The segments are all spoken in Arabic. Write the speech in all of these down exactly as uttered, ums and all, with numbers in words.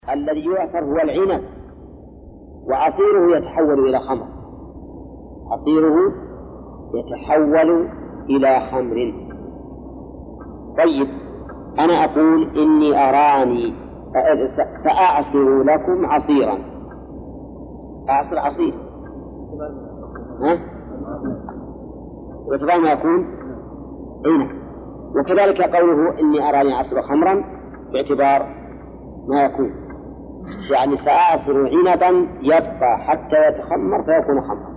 الذي يعصر هو العنب، وعصيره يتحول إلى خمر. عصيره يتحول إلى خمر. طيب، أنا أقول إني أراني سأعصر لكم عصيرا. أعصر عصير، ها؟ باعتبار ما يكون أين. وكذلك قوله إني أراني أعصر خمرا باعتبار ما يكون، يعني سأعصر عنبا يبقى حتى يتخمر فيكون خمرا.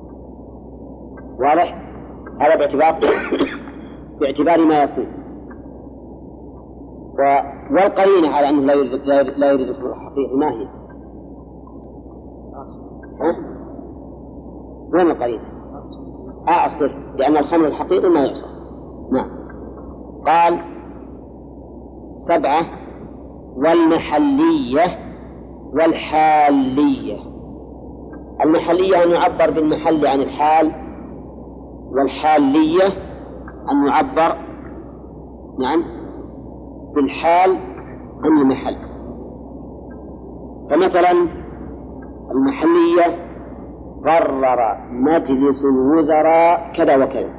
واضح؟ هذا باعتبار باعتبار ما يكون. والقرينة على أنه لا يريد لا يريد الحقيقة ما هي؟ ها؟ وين القرينة؟ أعصر، لأن الخمر الحقيقي ما يعصر. نعم. قال سبعة: والمحلية والحالية. المحلية أن يعبر بالمحل عن الحال، والحالية أن يعبر نعم بالحال عن المحل. فمثلا المحلية: قرر مجلس الوزراء كذا وكذا.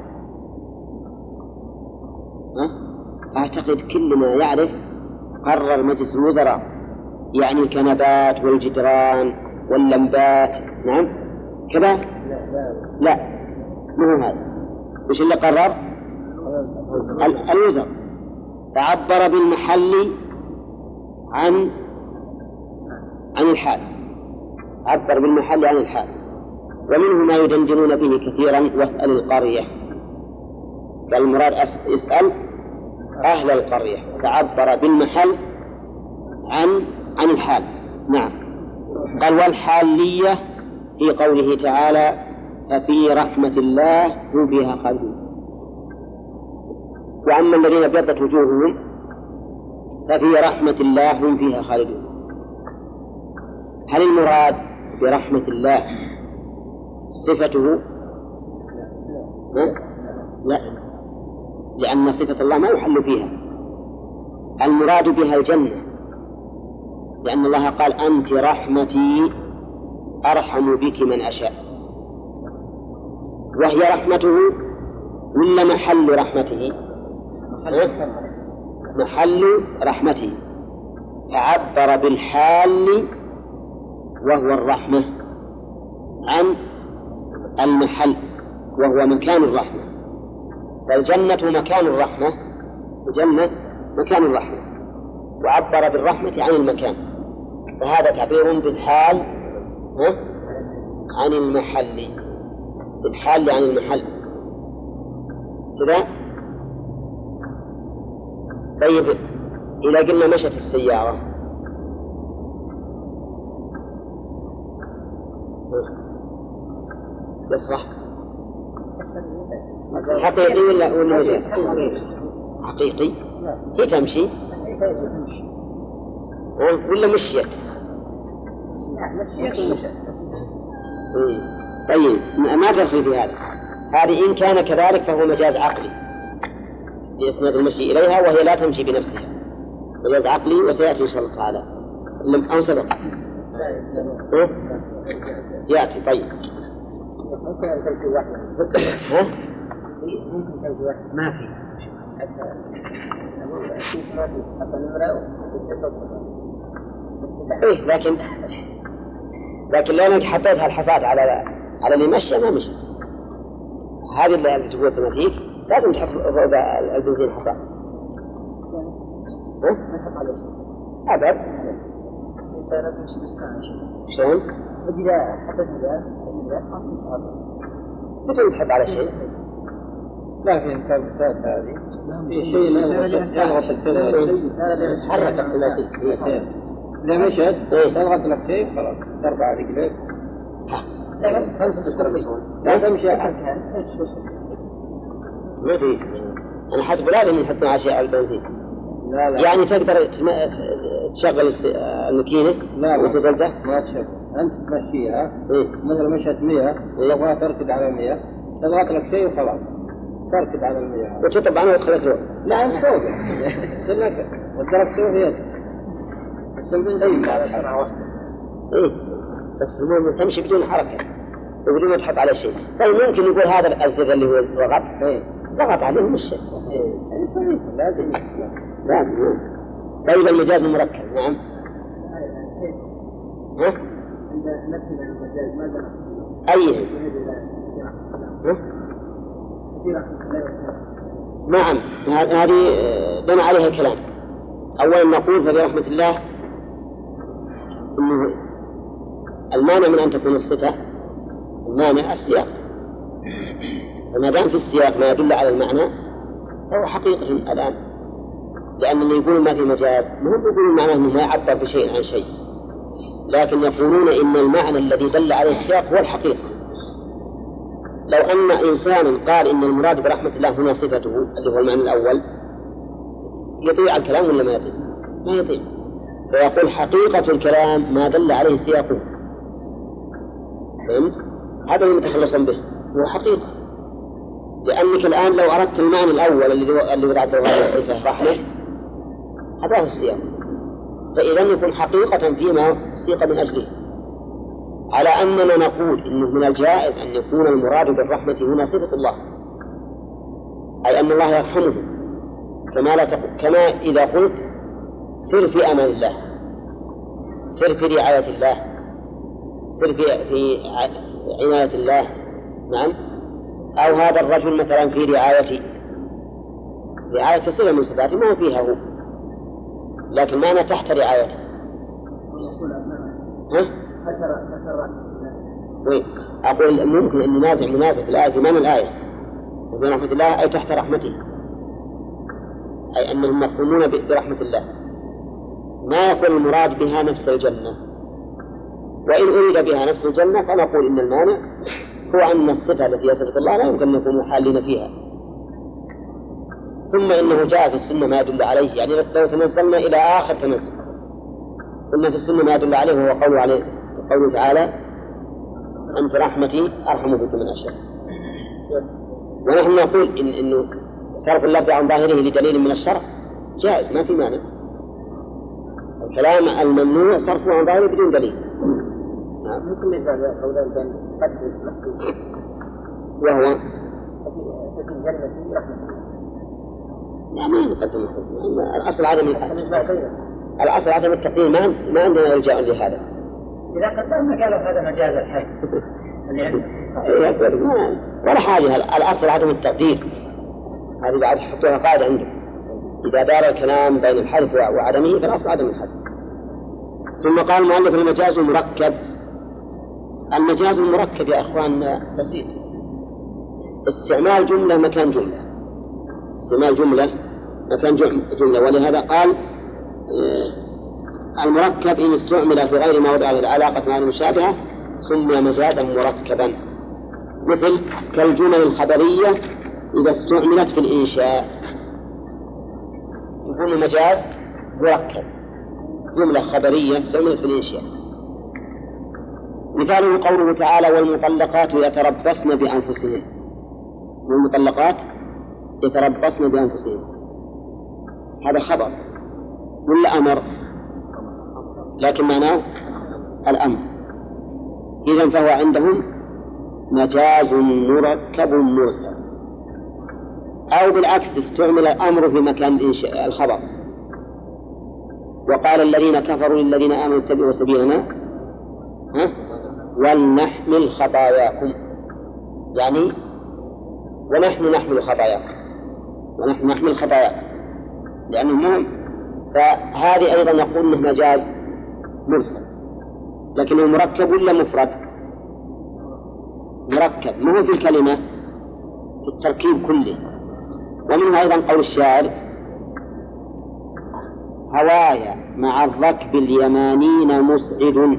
أعتقد كلنا يعرف قرر مجلس الوزراء يعني الكنبات والجدران واللمبات. نعم كذا؟ لا، مو هذا. وش اللي قرر؟ الوزراء. تعبر بالمحل عن عن الحال، عبر بالمحل عن الحال. ومنه ما يدندنون به كثيرا: واسأل القرية. فالمراد اسأل أهل القرية. تعبر بالمحل عن عن الحال. نعم. قال والحالية في قوله تعالى: ففي رحمة الله هم فيها خالدون. وأما الذين ابيضت وجوههم ففي رحمة الله هم فيها خالدون. هل المراد برحمة الله صفته؟ لا، لأن صفة الله ما يحل فيها. المراد بها الجنة، لأن الله قال: أنت رحمتي أرحم بك من أشاء. وهي رحمته ولا محل رحمته؟ محل رحمته. فعبر بالحال وهو الرحمة عن المحل وهو مكان الرحمة. فالجنة مكان الرحمة، الجنة مكان الرحمة، وعبر بالرحمة عن المكان. فهذا تعبير بالحال عن المحل، بالحال عن المحل. سذا. طيب، إذا قلنا مشت السيارة يصرح حقيقي ولا ولا مجاز؟ حقيقي. هي تمشي ولا مشيت؟ طيب، ما تدخل في هذا. هذه إن كان كذلك فهو مجاز عقلي لإسناد المشي إليها، وهي لا تمشي بنفسها. مجاز عقلي وسيأتي إن شاء الله تعالى. لم أو سبق يأتي. طيب، ممكن أن تمشي واحدة. ها؟ ممكن تمشي واحدة. ما في. حتى ما في حتى نمرة. إيه، لكن لكن لو أنك حطيتها الحصاد على على اللي مشى ما مشت. هذه اللي تقول اوتوماتيك لازم تحط البنزين حصاد. ها؟ ما تحط عليه. أبد. السيارة تمشي بالساعة. شلون؟ إذا حطيت هذا متى تحط على شيء؟ لا، في انتباهات هذه في شيء يضغط الثلاث حرك اوتوماتيك. إذا مشت تضغط لك شيء خلاص ترفع رجليك. لا بس خمسة الترابيزون. لا تمشي. ما في. أنا حسب لازم نحط مع شيء على البنزين. لا لا. يعني تقدر تشغل الماكينة وتزلزل؟ ما تشغل. أنت تمشيها. إيه؟ مثلا مشت مية تبغى تركض على مية تضغط لك شيء وخلاص تركض على المياه. وتطب عنه وتخلص له. لا، أنت فوق. سلك. والدرك سوف يد. ليس على سرعة واحدة. إيه بس المهم تمشي بدون حركة وبدون ما تحط على شيء. طيب ممكن يقول هذا الزر اللي هو ضغط ضغط عليه مش صحيح لازم لازم. طيب المجاز المركب نعم. ها؟ عند نفي المجاز ماذا؟ أيه؟ ها؟ نعم هذه لنا عليها كلام. أولا نقول فبرحمة الله إنه المانع من أن تكون الصفة المانع السياق، فما دام في السياق ما يدل على المعنى فهو حقيقة الآن، لأن اللي يقول ما في مجاز ما هم يقولون معناه أنه ما يعبر بشيء عن شيء، لكن يقولون إن المعنى الذي دل عليه السياق هو الحقيقة. لو أن إنسانا قال إن المراد برحمة الله هنا صفته اللي هو المعنى الأول يضيع الكلام ولا ما يضيع؟ ما يضيع. فيقول حقيقة الكلام ما دل عليه سياقه. فهمت؟ هذا اللي متخلصون به هو حقيقة، لأنك الآن لو أردت المعنى الأول اللي اللي وضعته هذه الصفة رحمة هذا هو السياق، فإذا يكون حقيقة فيما سيق من أجله، على أننا نقول إنه من الجائز أن يكون المراد بالرحمة هنا صفة الله، أي أن الله يرحمه، كما لا تقول كما إذا قلت سر في أمان الله، سر في رعاية الله، سر في في عناية الله. نعم. أو هذا الرجل مثلا في رعاية رعاية صفة من صفاته ما فيها هو، لكن معنى تحت رعايته. ها؟ وين؟ أقول ممكن أن ننازع منازع في الآية في معنى الآية وفي رحمة الله أي تحت رحمته، أي أنهم مفهومون برحمة الله، ما يكون المراد بها نفس الجنة. وإن أريد بها نفس الجنة فنقول إن المانع هو أن الصفة التي هي صفة الله لا يمكن أن نكون حالين فيها. ثم إنه جاء في السنة ما يدل عليه، يعني لو تنزلنا إلى آخر تنزل قلنا في السنة ما يدل عليه وهو قوله عليه قوله تعالى أنت رحمتي أرحم بك من أشياء. ونحن نقول إن إنه صرف اللفظ عن ظاهره لدليل من الشرع جائز ما في مانع. الكلام الممنوع صرفه عن ظاهره بدون دليل. ممكن نجعل قولا بين قدر مكتوب وهو في الجنة رحمة. لا ما نقدم الأصل عدم الأصل عدم التقدير، ما ما عندنا إلجاء لهذا. إذا قدرنا قالوا هذا مجاز الحد ولا حاجة، الأصل عدم التقدير، هذه بعد حطوها قاعدة عنده. إذا دار الكلام بين الحذف وعدمه فالأصل عدم الحذف. ثم قال المؤلف المجاز المركب. المجاز المركب يا أخوان بسيط، استعمال جملة مكان جملة، استعمال جملة مكان جملة. ولهذا قال المركب إن استعمل في غير ما وضع للعلاقة مع المشابهة سمي مجازا مركبا، مثل كالجمل الخبرية إذا استعملت في الإنشاء يكون مجاز مركب، جملة خبرية استعملت في الإنشاء. مثاله قوله تعالى والمطلقات يتربصن بأنفسهن، والمطلقات يتربصن بأنفسهن هذا خبر ولا أمر؟ لكن معناه الأمر. إذن فهو عندهم مجاز مركب مرسل. أو بالعكس استعمل الأمر في مكان الإنشاء الخبر، وقال الذين كفروا للذين آمنوا اتبعوا سبيلنا ها ولنحمل خطاياكم، يعني ونحن نحمل خطاياكم، ونحن نحمل خطاياكم لأنه مهم. فهذه أيضا نقول إنه مجاز مرسل، لكنه مركب ولا مفرد؟ مركب، ما هو في الكلمة، في التركيب كله. ومنه أيضا قول الشاعر هوايا مع الركب اليمانين مسعد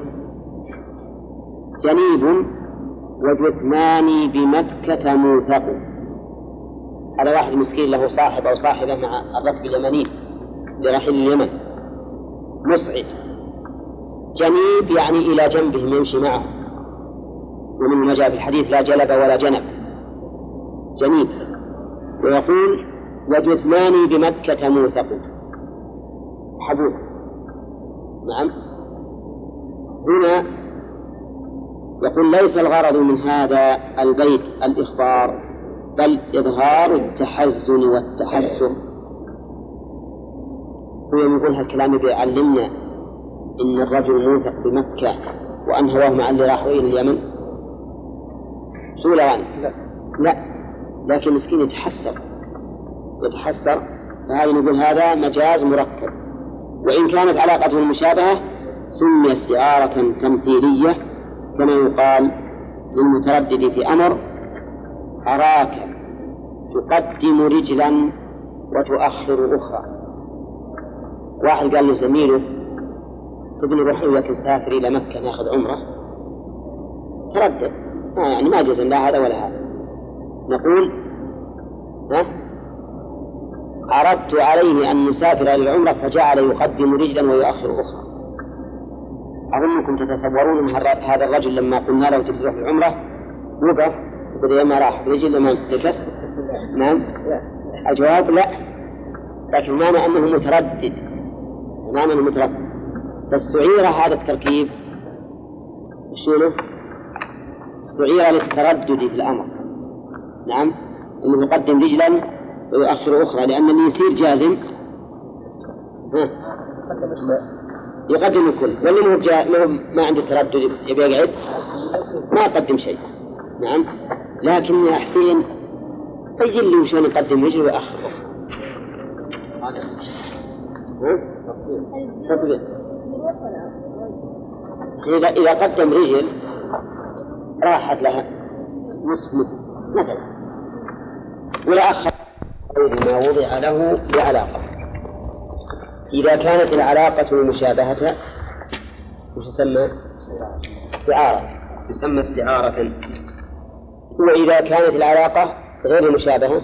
جنيب وجثماني بمكة موثق. هذا واحد مسكين له صاحب أو صاحبة مع الركب اليماني لرحيل اليمن، مسعد جنيب يعني إلى جنبهم يمشي معه، ومن ما جاء في الحديث لا جلب ولا جنب جنيب. ويقول وجثماني بمكة موثق، حبوس نعم. هنا يقول ليس الغرض من هذا البيت الإخبار بل إظهار التحزن والتحسر. هو يقول هالكلام بيعلمنا إن الرجل موثق بمكة وأن هواه مع اللي راحوا إلى اليمن سولة يعني. لا. لا لكن مسكين يتحسر يتحسر فهذا نقول هذا مجاز مركب. وإن كانت علاقته المشابهة سمي استعارة تمثيلية كما يقال للمتردد في أمر أراك تقدم رجلا وتؤخر أخرى. واحد قال له زميله تبني روح لك نسافر إلى مكة ناخذ عمرة تردد آه يعني ما جزم لا هذا ولا هذا. نقول ها عرضت عليه أن نسافر إلى العمرة فجعل يقدم رجلا ويؤخر أخرى. أظنكم تتصورون أن هذا الرجل لما قلنا له تبي تروح العمرة وقف بدأ ما راح برجل لما تكس. نعم الجواب لا، لكن معنى أنه متردد معنى أنه متردد فاستعير هذا التركيب شنو؟ استعير للتردد في الأمر. نعم أنه يقدم رجلا ويؤخر أخرى لأن اللي يصير جازم ها يقدم الكل واللي مو جا... ما عنده تردد يبي يقعد ما يقدم شيء. نعم لكن يا حسين يجي لي وشان يقدم رجل ويؤخر أخرى. ها؟ تطبيق. إذا إذا قدم رجل راحت لها نصف متر مثلا ولا أخر ما وضع له بعلاقة. إذا كانت العلاقة المشابهة وش يسمى؟ استعارة يسمى استعارة. وإذا كانت العلاقة غير مشابهة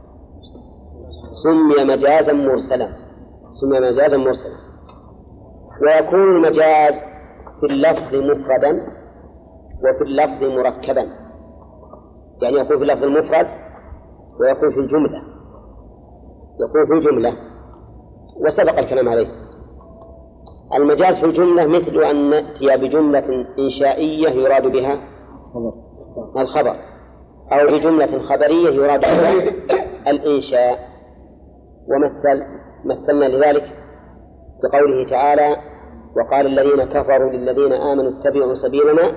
سمي مجازا مرسلا سمي مجازا مرسلا. ويكون المجاز في اللفظ مفردا وفي اللفظ مركبا، يعني يكون في اللفظ المفرد ويكون في الجملة يكون في الجملة وسبق الكلام عليه. المجاز في الجملة مثل أن نأتي بجملة إنشائية يراد بها الخبر أو بجملة خبرية يراد بها الإنشاء. ومثل مثلنا لذلك بقوله تعالى وقال الذين كفروا للذين آمنوا اتبعوا سبيلنا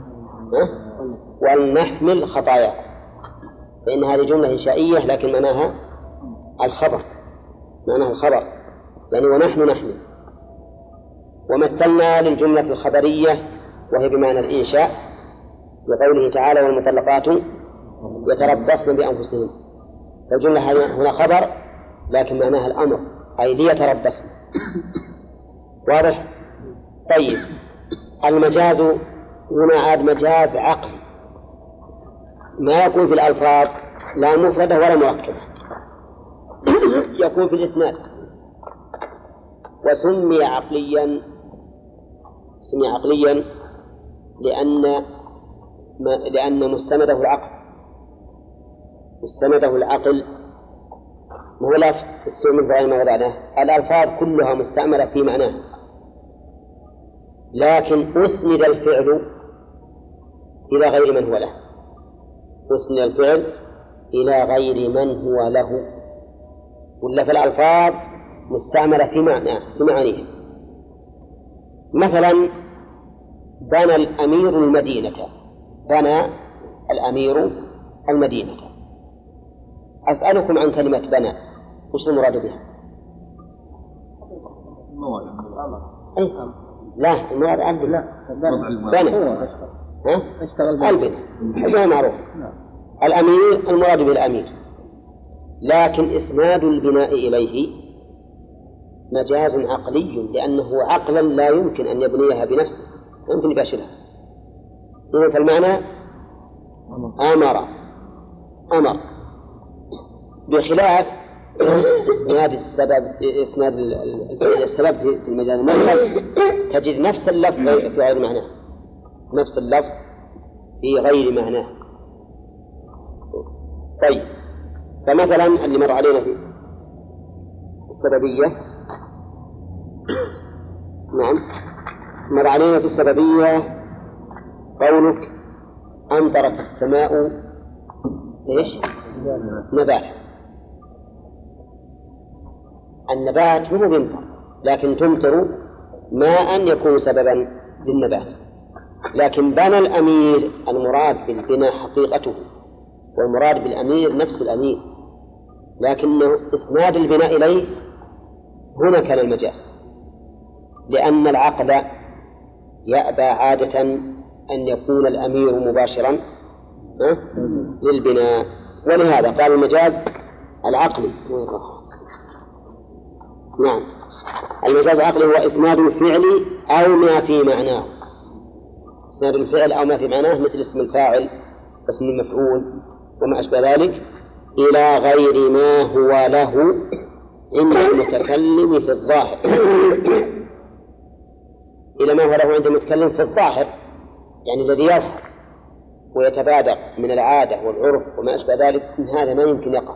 ولنحمل خطاياكم، فإن هذه جملة إنشائية لكن معناها الخبر معناها الخبر يعني ونحن نحمل. ومثلنا للجملة الخبرية وهي بمعنى الإنشاء بقوله تعالى والمطلقات يتربصن بأنفسهن، فالجملة هنا خبر لكن معناها الأمر أي ليتربصن. واضح؟ طيب المجاز هنا عاد مجاز عقلي ما يكون في الألفاظ لا مفردة ولا مركبة يكون في الإسناد وسمي عقليا سمي عقليا لأن ما لأن مستنده العقل مستنده العقل هو لفظ استعمل في غير ما وضعناه. الألفاظ كلها مستعملة في معناه لكن أسند الفعل إلى غير من هو له أسند الفعل إلى غير من هو له ولا في الألفاظ مستعملة في معناه في معانيه. مثلا بنى الأمير المدينة بنى الأمير المدينة. أسألكم عن كلمة بنى وش المراد بها؟ أي لا المراد عبد لا بنى ها البنى هذا معروف. الأمير المراد بالأمير لكن إسناد البناء إليه مجاز عقلي لأنه عقلا لا يمكن أن يبنيها بنفسه يمكن يباشرها. إذن فالمعنى أمر أمر بخلاف إسناد السبب إسناد السبب في المجاز المطلق تجد نفس اللفظ في غير معناه نفس اللفظ في غير معناه. طيب فمثلا اللي مر علينا في السببية نعم. مر علينا في السببية قولك أمطرت السماء إيش؟ نبات. النبات هو بيمطر، لكن تمطر ماء يكون سببا للنبات. لكن بنى الأمير المراد بالبناء حقيقته، والمراد بالأمير نفس الأمير، لكن إسناد البناء إليه هنا كان المجاز، لأن العقل يأبى عادة أن يكون الأمير مباشرا للبناء، ولهذا قال المجاز العقلي. نعم، المجاز العقلي هو إسناد الفعل أو ما في معناه، إسناد الفعل أو ما في معناه، مثل اسم الفاعل واسم المفعول وما أشبه ذلك، إلى غير ما هو له عند المتكلم في الظاهر. إلى ما هو له عند المتكلم في الظاهر، يعني الذي يظهر ويتبادر من العادة والعرف وما أشبه ذلك، من هذا ما يمكن يقع،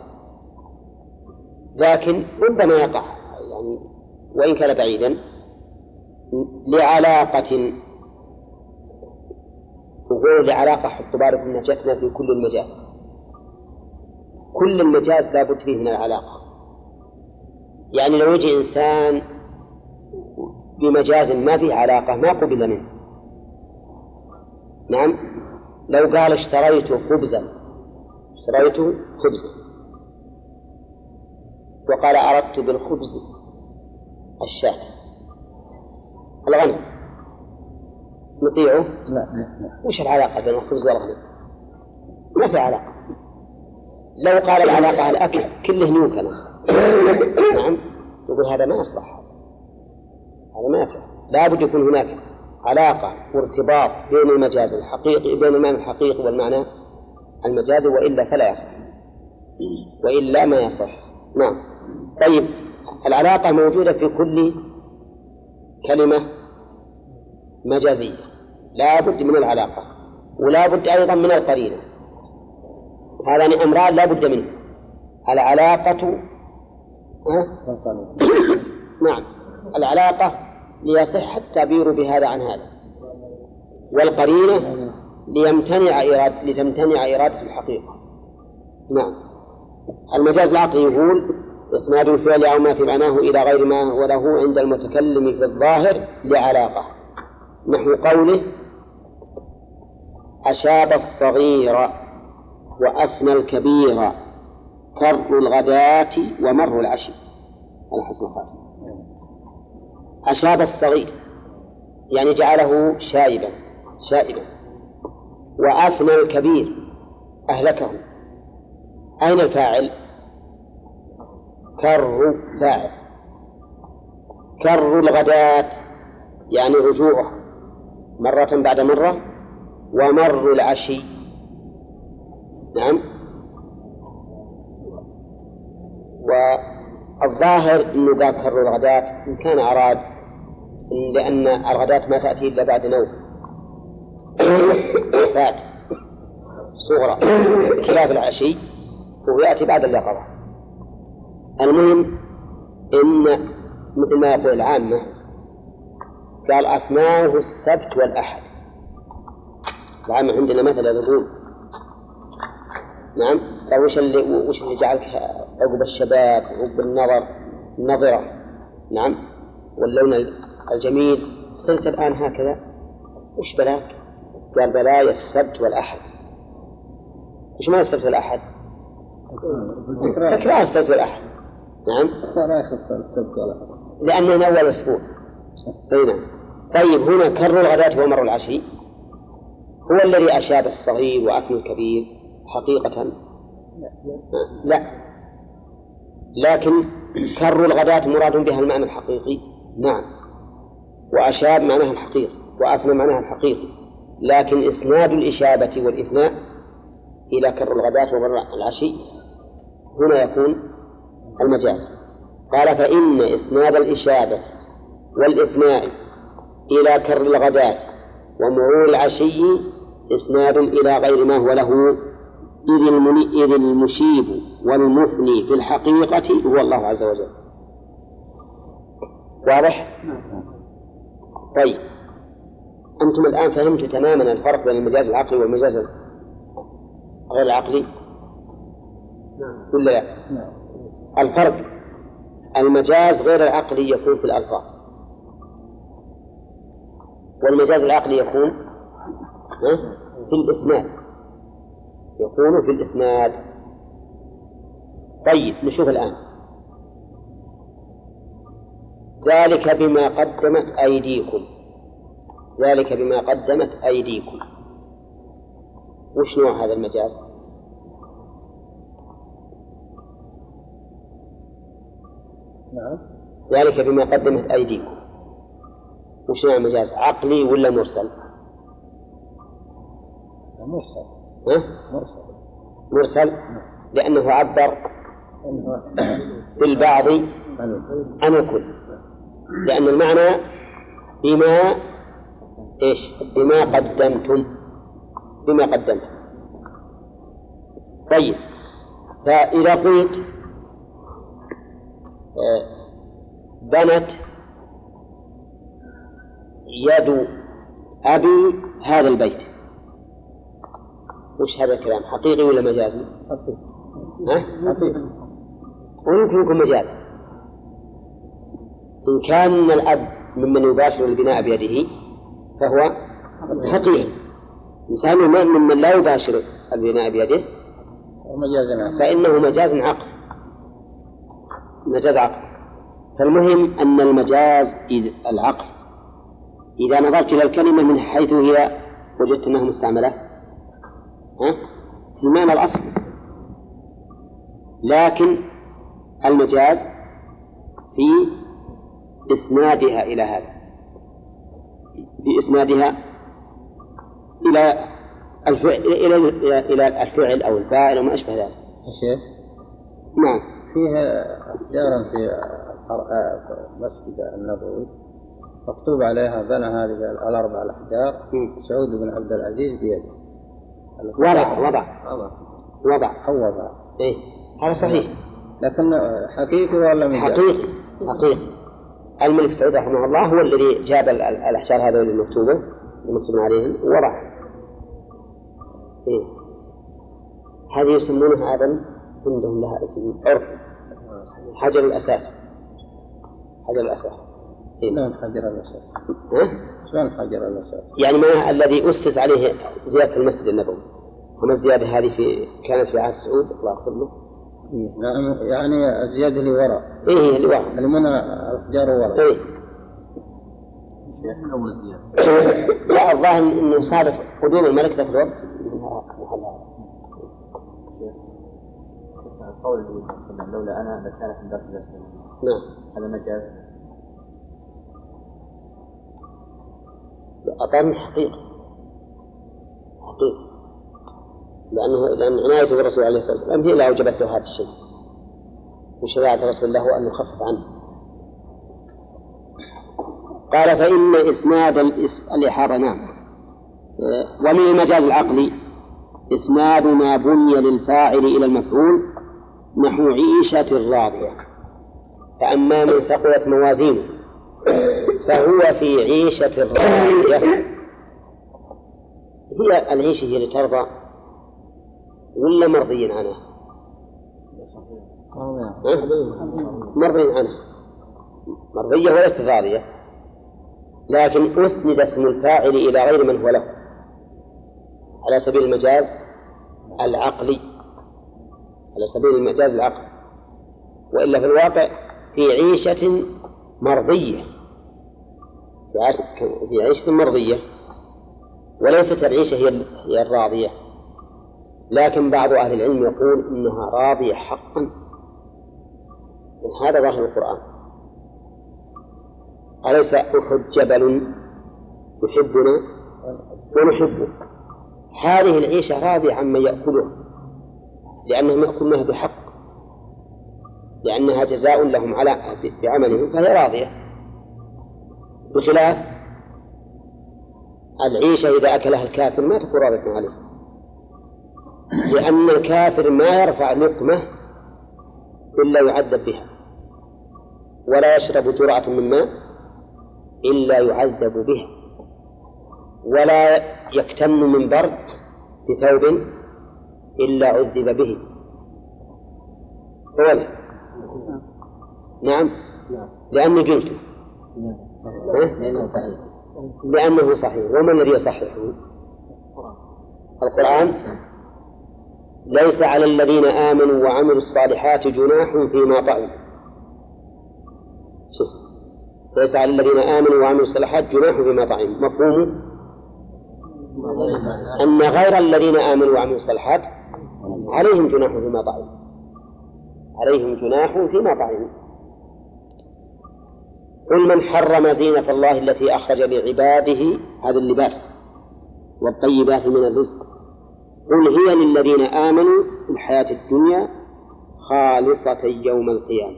لكن ربما يقع يعني وإن كان بعيدا لعلاقة، وقول لعلاقة حط بالك أن جتنا في كل المجاز، كل المجاز لا بد فيه من العلاقة. يعني لو يجي إنسان بمجاز ما فيه علاقة ما قبل منه. نعم، لو قال اشتريت خبزا، اشتريت خبزا، وقال أردت بالخبز الشاة الغنم، نطيعه؟ لا. وش العلاقة بين الخبز والغنم؟ ما في علاقة. لو قال العلاقة الأكل كله نوكله نعم، يقول هذا ما يصلح، هذا ما يصلح. لا بد يكون هناك علاقة وارتباط بين المجاز الحقيقي، بين المعنى الحقيقي والمعنى المجازي، وإلا فلا يصح، وإلا ما يصح. نعم. طيب، العلاقة موجودة في كل كلمة مجازية، لا بد من العلاقة، ولا بد أيضا من القرينة. هذان أمران لا بد منه، العلاقة نعم، العلاقة ليصح التعبير بهذا عن هذا، والقرينة ليمتنع إرادة لتمتنع إرادة الحقيقة. نعم. المجاز العقلي يقول إسناد الفعل أو ما في معناه إلى غير ما هو له عند المتكلم في الظاهر لعلاقة، نحو قوله أشاب الصغير وأفنى الكبير كر الغداة ومر العشي على حسن الخاتم. أشاب الصغير يعني جعله شائبا شائبا، وأفنى الكبير أهلكه. أين الفاعل؟ كر فاعل. كر الغداة يعني رجوعه مرة بعد مرة، ومر العشي نعم. والظاهر أنه قال كر الغداة إن كان أراد إن لأن الغداة ما تأتي إلا بعد نوم وفات صغرى خلاف العشي، وهو يأتي بعد اليقظة. المهم إن مثل ما يقول العامة قال أفناه السبت والأحد. العامة عندنا مثلا يقول نعم قال وش اللي وش اللي جعلك عقب الشباب عقب النظر النظرة نعم واللون الجميل صرت الآن هكذا، وش بلاك؟ قال بلايا السبت والأحد. وش ما السبت والأحد؟ تكرار السبت والأحد. نعم لا يخص السبت والأحد لأنه من أول أسبوع. نعم. طيب هنا كر الغداة ومر العشي هو الذي أشاب الصغير وأفنى الكبير حقيقة؟ لا، لكن كر الغداة مراد بها المعنى الحقيقي نعم، وأشاب معناها الحقيقي وأفنى معناها الحقيقي، لكن إسناد الإشابة والإفناء إلى كر الغداة ومر العشي هنا يكون المجاز. قال فإن إسناد الإشابة والإفناء إلى كر الغداة ومرور العشي إسناد إلى غير ما هو له، إذ المشيب والمفني في الحقيقة هو الله عز وجل. واضح؟ طيب أنتم الآن فهمتوا تماما الفرق بين المجاز العقلي والمجاز غير العقلي؟ نعم. ولا لا؟ نعم. الفرق المجاز غير العقلي يكون في الألفاظ، والمجاز العقلي يكون في الإسناد، يكون في الإسناد. طيب نشوف الآن ذلك بما قدمت أيديكم، ذلك بما قدمت أيديكم، وش نوع هذا المجاز؟ نعم. ذلك بما قدمت أيديكم، وش نوع المجاز؟ عقلي ولا مرسل؟ مرسل. ها؟ مرسل. مرسل لأنه عبر بالبعض عن الكل، لأن المعنى بما إيش؟ بما قدمتم، بما قدمتم. طيب فإذا قلت بنت يد أبي هذا البيت، وش هذا الكلام؟ حقيقي ولا مجازي؟ حقيقي. ها؟ حقيقي. ويمكن يكون مجازي إن كان الأب ممن يباشر البناء بيده فهو حقيقي، إنسان ممن لا يباشر البناء بيده فإنه مجاز عقل، مجاز عقل. فالمهم أن المجاز العقل إذا نظرت إلى الكلمة من حيث هي وجدت أنها مستعملة ها؟ في المعنى الأصلي، لكن المجاز في إسنادها إلى هذا، في إسنادها إلى الفعل، إلى إلى الفعل أو الفاعل وما أشبه ذلك. شيخ. نعم. فيها أشجار في مسجد النبوي مكتوب عليها بنى هذه الأربع الأحجار سعود بن عبد العزيز بيده. وضع وضع وضع وضع أو وضع. إيه هذا صحيح. لكن حقيقي ولا مجاز؟ حقيقي. حقيقي. الملك سعود رحمه الله هو الذي جاب الأحجار هذول المكتوبة المكتوب عليهم ووضعها. إيه هذه يسمونها أيضا عندهم لها اسم عرف حجر الأساس. حجر الأساس. إيه؟ شلون حجر الأساس؟ ها؟ شلون حجر الأساس؟ يعني ما الذي أسس عليه زيادة المسجد النبوي، وما الزيادة هذه في كانت في عهد سعود الله يغفر له. إيه؟ يعني الزيادة اللي وراء. إيه اللي وراء. اللي من الأحجار وراء. إيه. شيخ أول الزيادة. لا الظاهر إنه صادف قدوم الملك ذاك الوقت. قول النبي صلى الله عليه وسلم لولا أنا لكان في الدرس الأسلم. نعم. هذا مجاز. أطار حقيقي حقيقي، لأنه لأن عنايته بالرسول عليه الصلاة والسلام هي لا أوجبت له هذا الشيء، وشريعة الرسول له أن يخفف عنه. قال فإن إسناد الإحاطة نعم. ومن المجاز العقلي إسناد ما بني للفاعل إلى المفعول نحو عيشة راضية، فأما من ثقلت موازينه فهو في عيشة راضية. هي العيشة هي اللي ترضى ولا مرضي عنها؟ مرضي عنها، مرضية وليست راضية، لكن أسند اسم الفاعل إلى غير من هو له على سبيل المجاز العقلي، على سبيل المجاز العقلي. وإلا في الواقع في عيشة مرضية، في عيشة مرضية وليست العيشة هي الراضية. لكن بعض أهل العلم يقول إنها راضية حقا، من هذا ظاهر القرآن. أليس أحد جبل يحبنا ونحبه؟ هذه العيشة راضية عما يأكله لأنهم يأكلونها بحق، لأنها جزاء لهم على بعملهم، فهي راضية. بخلاف العيشة إذا أكلها الكافر ما تكون راضية عليه، لأن الكافر ما يرفع لقمة إلا يعذب بها، ولا يشرب جرعة من ماء إلا يعذب بها، ولا يكتم من برد بثوب إلا عذب به. أولا نعم لأني قلت لأنه صحيح. لأنه صحيح. وما الذي يصححه؟ القرآن. ليس على الذين آمنوا وعملوا الصالحات جناح فيما طعموا. شوف، ليس على الذين آمنوا وعملوا الصالحات جناح فيما طعموا، مفهومه أن غير الذين آمنوا وعملوا الصالحات عليهم جناح فيما طعموا، عليهم جناح فيما طعموا. قل من حرم زينة الله التي أخرج لعباده، هذا اللباس والطيبات من الرزق، قل هي للذين آمنوا في الحياة الدنيا خالصة يوم القيامة.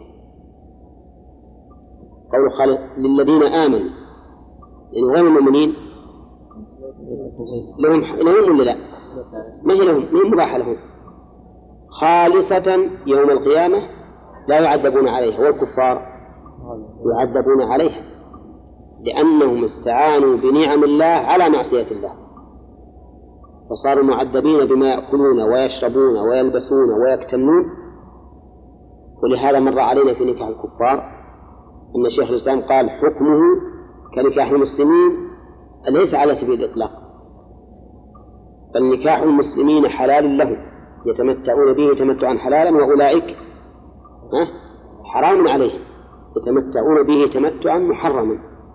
قول خالص للذين آمنوا يعني غير المؤمنين لهم لهم ولا لا؟ ما هي لهم؟ من مباح لهم. خالصة يوم القيامة لا يعذبون عليها، والكفار يعذبون عليها لأنهم استعانوا بنعم الله على معصية الله، فصاروا معذبين بما يأكلون ويشربون ويلبسون ويكتنون. ولهذا مر علينا في نكاح الكفار أن شيخ الإسلام قال حكمه كنكاح المسلمين ليس على سبيل الإطلاق، بل نكاح المسلمين حلال لهم يتمتعون به تمتعا حلالا، وأولئك حرام عليهم يتمتعون به تمتعا محرما.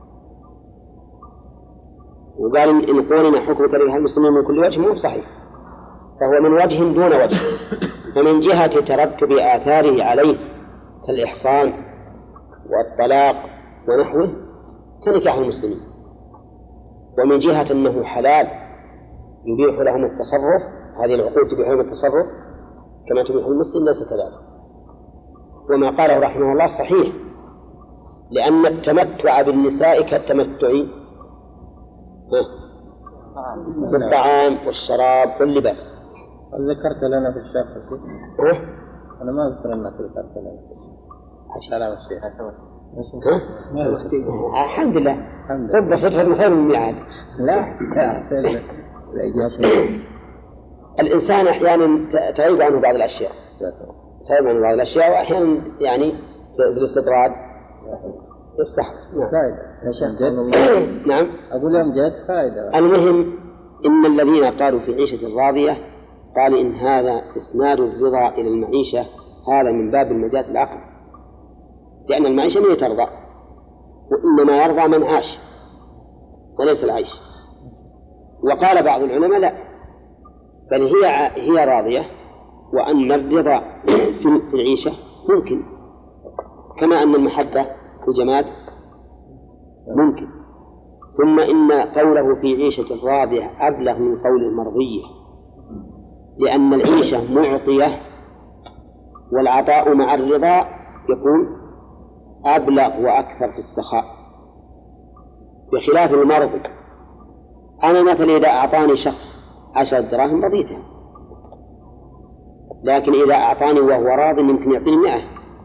وقال إن قولنا حكم كنكاح المسلمين من كل وجه مو صحيح، فهو من وجه دون وجه. فمن جهة ترتب آثاره عليه كالإحصان والطلاق ونحوه كنكاح المسلمين، ومن جهة أنه حلال يبيح لهم التصرف، هذه العقود تبيح لهم التصرف كما تبيح المسلم، ليس كذلك. وما قاله رحمه الله صحيح، لأن التمتع بالنساء كالتمتع بالطعام والشراب واللباس. هل ذكرت لنا في الشافعي؟ أه؟ أنا ما أذكر أنك ذكرت لنا كلام الشيخ. الحمد لله رب صدفة خير من الميعاد. لا لا سيد الإنسان أحيانا تغيب عنه بعض الأشياء، تغيب عنه بعض الأشياء، وأحيانا يعني بالاستطراد يستحق. فائدة يا شيخ. نعم أقول يوم جد فائدة. المهم إن الذين قالوا في عيشة راضية قال إن هذا إسناد الرضا إلى المعيشة، هذا من باب المجاز العقل، لأن المعيشة من ترضى، وإنما يرضى من عاش وليس العيش. وقال بعض العلماء لا، بل هي هي راضية، وأن الرضا في العيشة ممكن، كما أن المحبة في جماد ممكن. ثم إن قوله في عيشة راضية أبلغ من قول المرضية، لأن العيشة معطية، والعطاء مع الرضا يكون أبلغ وأكثر في السخاء، بخلاف المرض. أنا مثلا إذا أعطاني شخص عشر دراهم رضيته، لكن إذا أعطاني وهو راض يمكن يعطيني مئة.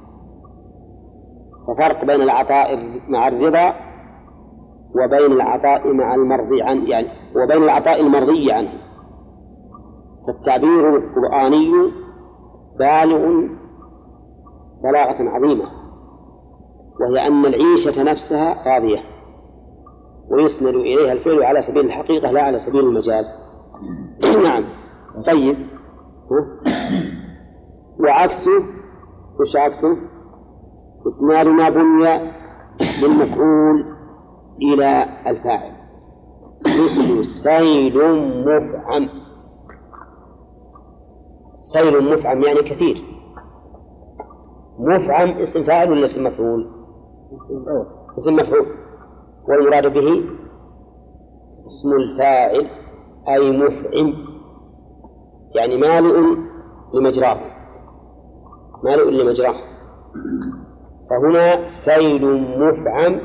ففرق بين العطاء مع الرضا وبين العطاء مع المرضي عنه، يعني وبين العطاء المرضي عنه. فالتعبير القرآني بالغ بلاغة عظيمة، وهي أن العيشة نفسها راضية، ويسند إليها الفعل على سبيل الحقيقة لا على سبيل المجاز. نعم. طيب، وعكسه وش عكسه؟ إسناد ما بني للمفعول إلى الفاعل، مثل سيل مفعم. سيل مفعم يعني كثير. مفعم اسم فاعل ولا اسم مفعول؟ اسم مفعول، والمراد به اسم الفاعل أي مفعم، يعني مالئ لمجراه، مالئ لمجراه. فهنا سيل مفعم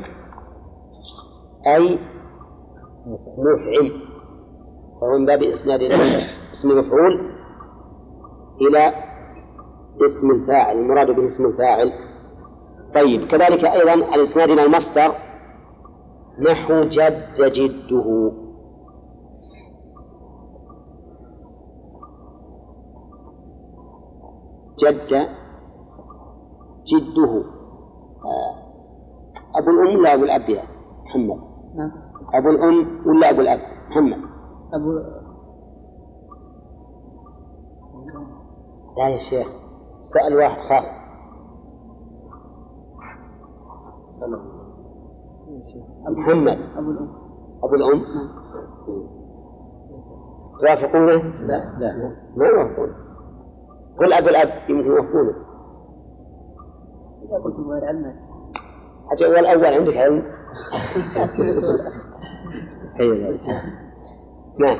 أي مفعم، فهو من باب إسناد اسم مفعول إلى اسم الفاعل، المراد به اسم الفاعل. طيب، كذلك أيضا الإسناد إلى المصدر نحو جد جده. جد جده أبو الأم ولا أبو الأب يا محمد؟ أبو الأم ولا أبو الأب محمد؟ أبو لا يا شيخ، سأل واحد خاص. محمد أبو الأم. أبو الأم توافقونه؟ لا لا ما يوافقون. قل أبو الأب يمكن يوافقونه. إذا قلت غير علم حتى هو الأول عندك علم. نعم.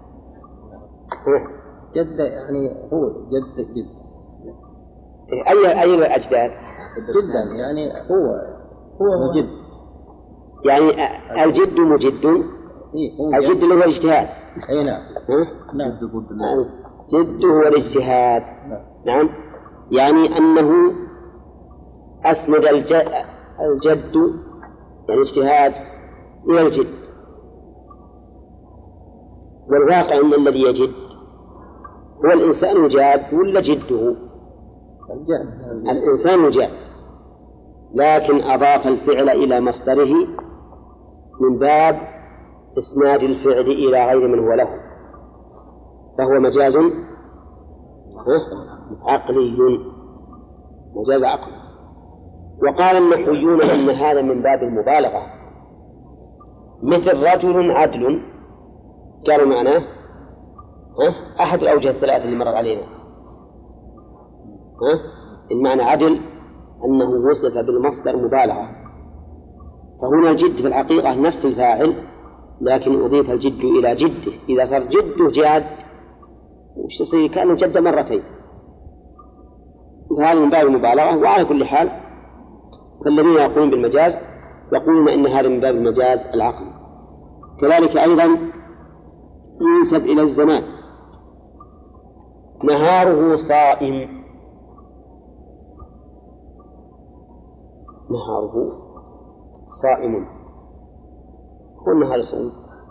جد يعني هو جد جد. أي أي الأجداد؟ جدا يعني هو هو مجد. يعني الجد مجد. الجد اللي هو الاجتهاد. أي نعم. نعم. الجد هو الاجتهاد. نعم. يعني أنه أسند الجد يعني اجتهاد إلى الجد. والواقع أن الذي يجد هو الإنسان جاد ولا جده؟ الإنسان جاد، لكن أضاف الفعل إلى مصدره من باب إسناد الفعل إلى غير من هو له، فهو مجاز عقلي، مجاز عقلي. وقال النحويون أن هذا من باب المبالغة، مثل رجل عدل، قالوا معناه أحد الأوجه الثلاثة اللي مرت علينا. المعنى عدل أنه وصف بالمصدر مبالغة، فهنا الجد في الحقيقة نفس الفاعل، لكن أضيف الجد إلى جده. إذا صار جده جاد وش يصير؟ كأنه جد مرتين، فهذا من باب المبالغة. وعلى كل حال فالذين يقولون بالمجاز يقولون إن هذا من باب المجاز العقلي. كذلك أيضا ينسب إلى الزمان، نهاره صائم، نهاره صائم، هو النهار صائم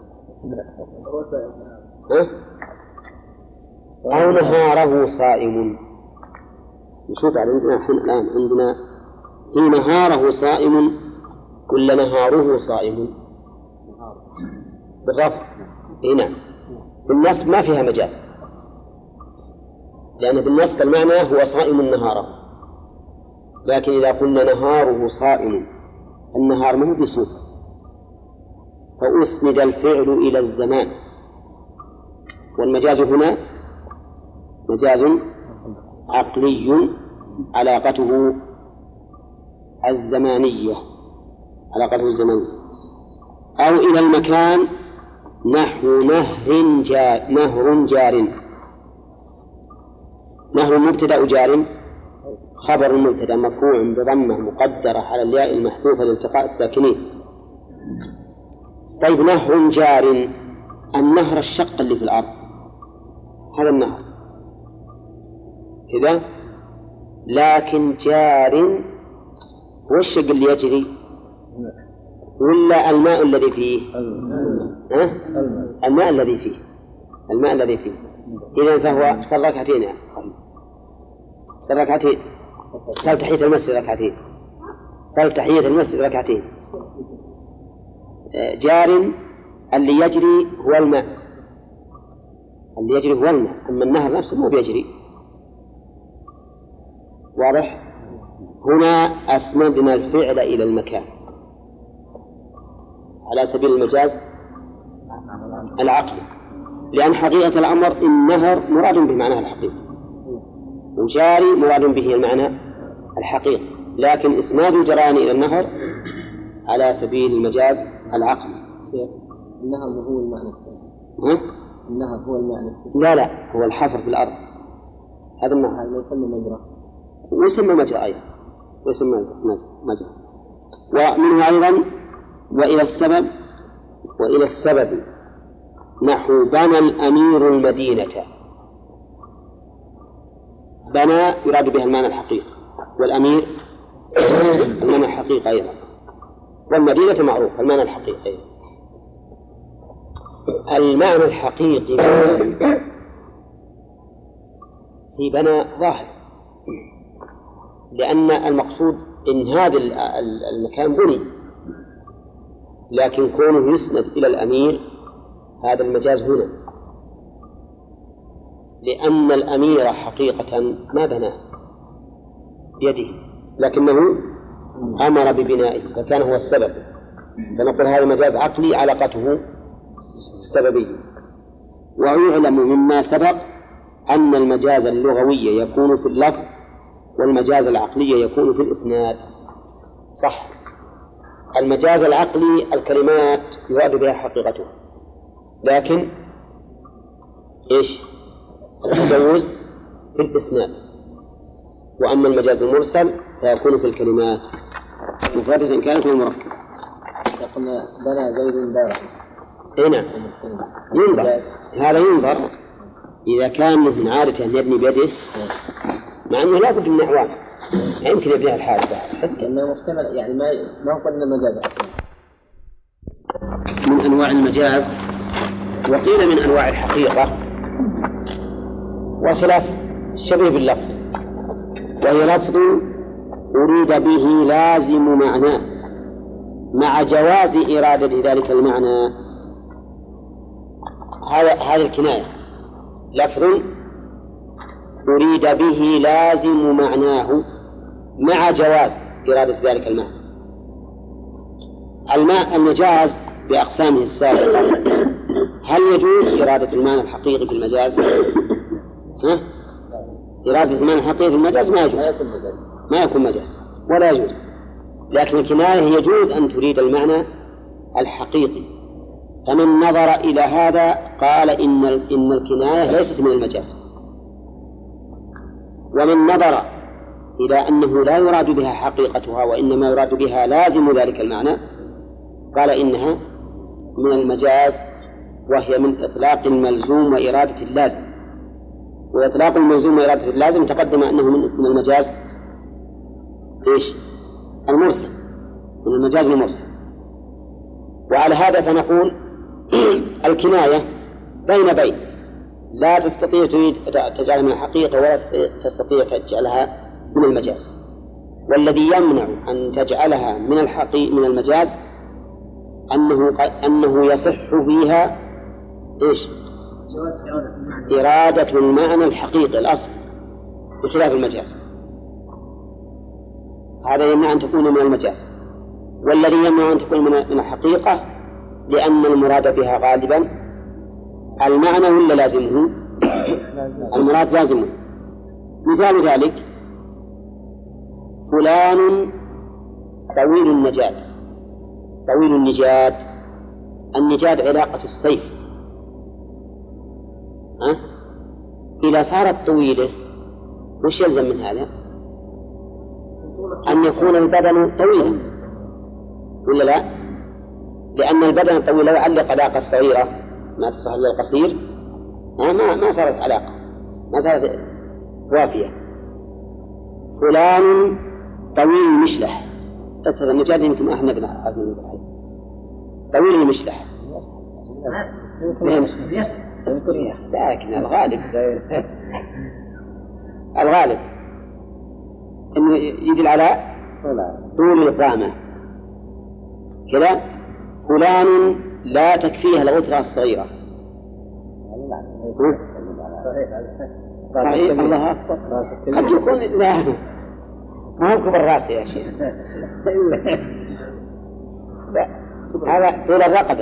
أو نهاره صائم. نشوف على عندنا الحين الآن عندنا هي نهاره صائم ولا نهاره صائم؟ بالرفض. إيه نعم. بالنصب ما فيها مجاز، لأن بالنصب المعنى هو صائم نهاره، لكن إذا قلنا نهاره صائم النهار ما هو بصوم، فأسند الفعل إلى الزمان، والمجاز هنا مجاز عقلي علاقته الزمانية، علاقته الزمانية. أو إلى المكان نحو نهر جار، نهر جار. نهر مبتدأ جار، خبر المبتدأ مرفوع بضمة مقدرة على الياء المحذوفة لالتقاء الساكنين. طيب نهر جار، النهر الشق اللي في الأرض، هذا النهر كذا، لكن جار هو الشق اللي يجري ولا الماء الذي فيه؟ ها؟ الماء الذي فيه، الماء الذي فيه. إذن فهو صار ركعتين، صار ركعتين، صار تحية المسجد ركعتين، صار تحية المسجد ركعتين. جار اللي يجري هو الماء، اللي يجري هو الماء، أما النهر نفسه مو بيجري. واضح؟ هنا أسندنا الفعل إلى المكان على سبيل المجاز العقلي، لأن حقيقة الأمر النهر مراد به معناه الحقيقي، وجاري مراد به المعنى الحقيقي، لكن إسناد الجريان إلى النهر على سبيل المجاز العقلي. النهر هو المعنى ها؟ النهر هو المعنى. لا لا، هو الحفر في الأرض، هذا النهر. هذا يسمى مجرى، ويسمى مجرى أيضا، ويسمى مجرى. ومنه أيضا وإلى السبب، وإلى السبب نحو بنى الأمير المدينة. بنى يراد بها المعنى الحقيقي، والأمير المعنى الحقيقي أيضا. والمدينة معروف المعنى الحقيقي. المعنى الحقيقي في بنى ظاهر، لأن المقصود إن هذا المكان بني، لكن كونه يسند إلى الأمير هذا المجاز هنا، لأن الأمير حقيقة ما بناه بيده، لكنه أمر ببنائه فكان هو السبب، فنقول هذا مجاز عقلي علاقته السببية. ويعلم مما سبق أن المجاز اللغوي يكون في اللفظ والمجاز العقلي يكون في الإسناد. صح، المجاز العقلي الكلمات يراد بها حقيقتها، لكن إيش التجوز في الإسناد. وأما المجاز المرسل فيكون في الكلمات مفردة إن كانت مركبة. قلنا بنى زيد دارا. هنا ينظر، هذا ينظر إذا كان من عادة أن يبني بيده، مع أنه لا بد من أعوان يمكن يبنيها الحادثة حتى أنه محتمل، يعني ما ما قلنا المجاز من أنواع المجاز، وقيل من أنواع الحقيقة، وخلاف الشبه باللفظ، وهي لفظ أريد به لازم معناه مع جواز إرادة ذلك المعنى. هذا هذه الكناية، لفظ أريد به لازم معناه مع جواز إرادة ذلك المعنى. الماء المجاز بأقسامه السابقة، هل يجوز إرادة المعنى الحقيقي في المجاز؟ ها؟ إرادة المعنى الحقيقي في المجاز ما يجوز، ما يكون مجاز ولا يجوز. لكن الكناية يجوز أن تريد المعنى الحقيقي، فمن نظر إلى هذا قال إن إن الكناية ليست من المجاز، ومن نظر إلى أنه لا يراد بها حقيقتها وإنما يراد بها لازم ذلك المعنى قال إنها من المجاز، وهي من إطلاق الملزوم وإرادة اللازم. وإطلاق الملزوم وإرادة اللازم تقدم أنه من المجاز إيش؟ المرسل، من المجاز المرسل. وعلى هذا فنقول الكناية بين بين، لا تستطيع تريد تجعلها من الحقيقة ولا تستطيع تجعلها من المجاز. والذي يمنع أن تجعلها من الحقيقة من المجاز أنه أنه يصح فيها إيش؟ إرادة المعنى الحقيقي الأصل بخلاف المجاز، هذا يمنع أن تكون من المجاز. والذي يمنع أن تكون من الحقيقة لأن المراد بها غالبا المعنى ولا لازمه؟ المراد لازمه. مثال ذلك فلان طويل النجاد. طويل النجاد، النجاد علاقة السيف، ها؟ إذا صارت طويلة وش يلزم من هذا؟ أن يكون البدن طويلا ولا لا؟ لأن البدن الطويل لو علق علاقة صغيرة ما تصح إلا القصير ما ما صارت علاقة، ما صارت وافية. فلان طويل المشلح، تتفق النجاد يمكن ما احنا بنعرف طويل المشلح زين، لكن الغالب الغالب إنه يدل على طول القامة كذا. فلان لا تكفيها الغترة الصغيرة. صحيح، الله أكبر. قد يكون لا ما هو كبر راسي يا شيخ، لا هذا طول الرقبة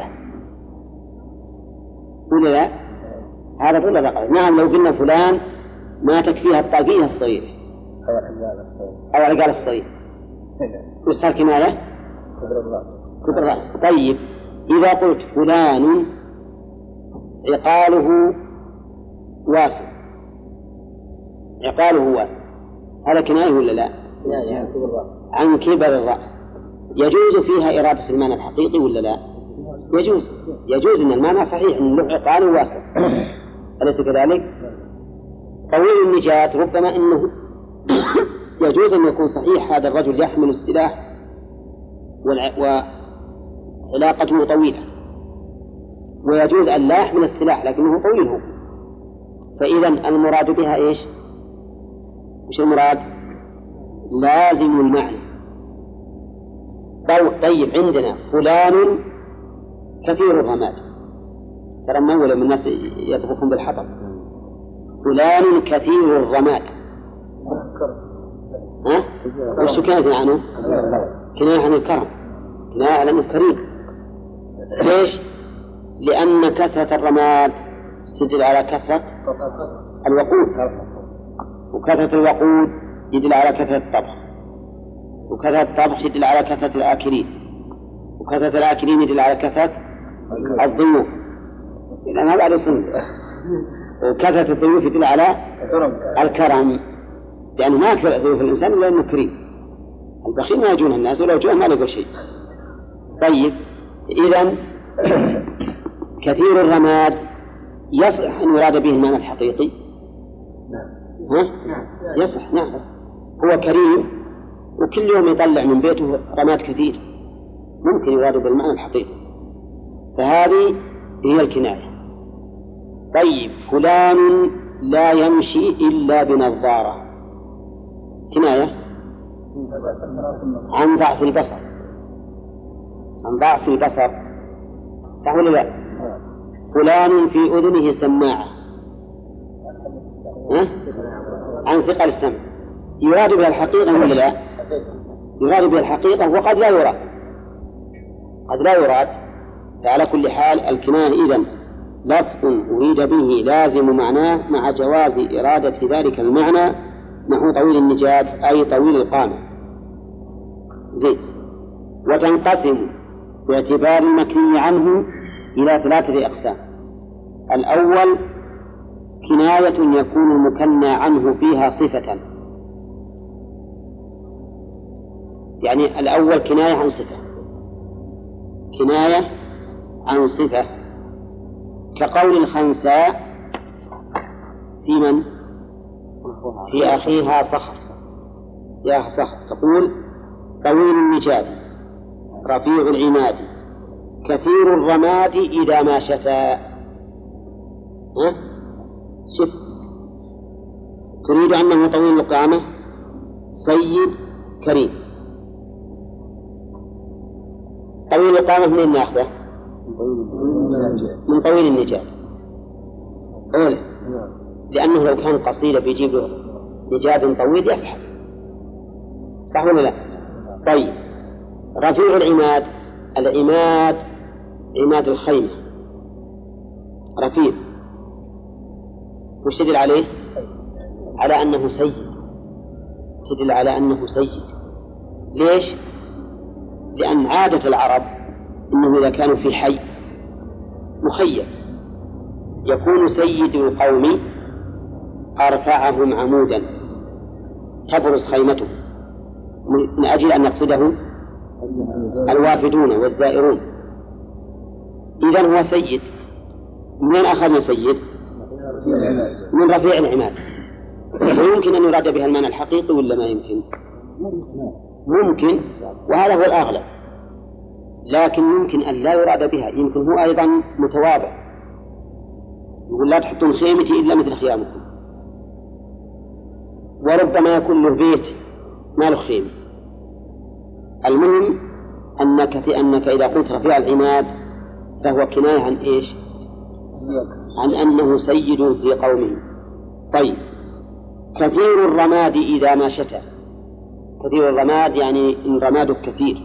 ولا لا؟ هذا طول الرقبة. نعم، لو قلنا فلان ما تكفيها الطاقية الصغيرة أو العقال الصغير وش صار كناية؟ كبر الرأس. طيب إذا قلت فلان عقاله واسع، عقاله واسع، هذا كناية ولا لا؟ عن كبر الرأس. يجوز فيها إرادة المعنى الحقيقي ولا لا؟ يجوز، يجوز إن المعنى صحيح إن له عقال واسع، أليس كذلك؟ طويل النجاد ربما إنه يجوز أن يكون صحيح هذا الرجل يحمل السلاح وعلاقته طويلة، ويجوز أن لا يحمل السلاح لكنه طويل هو، فإذا المراد بها إيش؟ وش المراد؟ لازم المعنى. طيب عندنا فلان كثير الرماد، ترى من الناس يطبخون بالحطب، فلان كثير الرماد، ها؟ وش كناية عنه؟ كناية عن الكرم، كناية على أنه كريم. ليش؟ لأن كثرة الرماد تدل على كثرة الوقود، وكثرة الوقود يدل على كثرة الطبخ، وكثرة الطبخ يدل على كثرة الآكلين، وكثرة الآكلين يدل على كثرة الضيوف، لأن هذا على صنف، وكثرة الضيوف يدل على الكرم، لأنه ما أكثر ضيوف الإنسان إلا أنه كريم. البخيل ما يجون الناس، ولو جوه ما لقوا شيء. طيب إذن كثير الرماد يصح أن يراد به المعنى الحقيقي؟ ها؟ يصح، نعم، هو كريم وكل يوم يطلع من بيته رماد كثير، ممكن يراد بالمعنى الحقيقي، فهذه هي الكناية. طيب فلان لا يمشي إلا بنظارة، كناية عن ضعف البصر، عن ضعف البصر، صح ولا لا؟ فلان في أذنه سماعة، ها؟ عن ثقل السمع، يراد بها الحقيقة ولا لا؟ يراد بها الحقيقة وقد لا يراد، قد لا يراد. فعلى كل حال الكناية إذن لفظ أريد به لازم معناه مع جواز إرادة ذلك المعنى نحو طويل النجاد أي طويل القامة. زين. وتنقسم باعتبار المكني عنه إلى ثلاثة أقسام. الأول كناية يكون المكنى عنه فيها صفة، يعني الأول كناية عن صفة، كناية عن صفة، كقول الخنساء في من؟ في أخيها صخر، يا صخر، تقول طويل النجاد رفيع العماد كثير الرماد إذا ما شتى. ها؟ شف، تريد أنه طويل القامة سيد كريم. طويل القامة من ناخذه؟ من طويل النجاد. أولا لأنه لو كان قصير بيجيب له نجاد طويل يسحب، صح ولا لا؟ طيب رفيع العماد، العماد عماد الخيمة رفيع، وش تدل عليه؟ على أنه سيد، تدل على أنه سيد. ليش؟ لأن عادة العرب إنه إذا كانوا في حي مخيم يكون سيد القوم أرفعهم عمودا تبرز خيمته، من أجل أن يقصده الوافدون والزائرون. إذن هو سيد. من أخذنا سيد؟ من رفيع العماد. ويمكن أن يراد بها المعنى الحقيقي ولا ما يمكن؟ ممكن، وهذا هو الأغلب، لكن يمكن أن لا يراد بها، يمكن هو أيضا متواضع، يقول لا تحطون خيمتي إلا مثل خيامكم، وربما يكون له بيت ما له خيمة. المهم أنك في أنك إذا قلت رفيع العماد فهو كناية عن إيش؟ عن أنه سيد في قومه. طيب كثير الرماد إذا ما شتى، كثير الرماد يعني إن رماده كثير.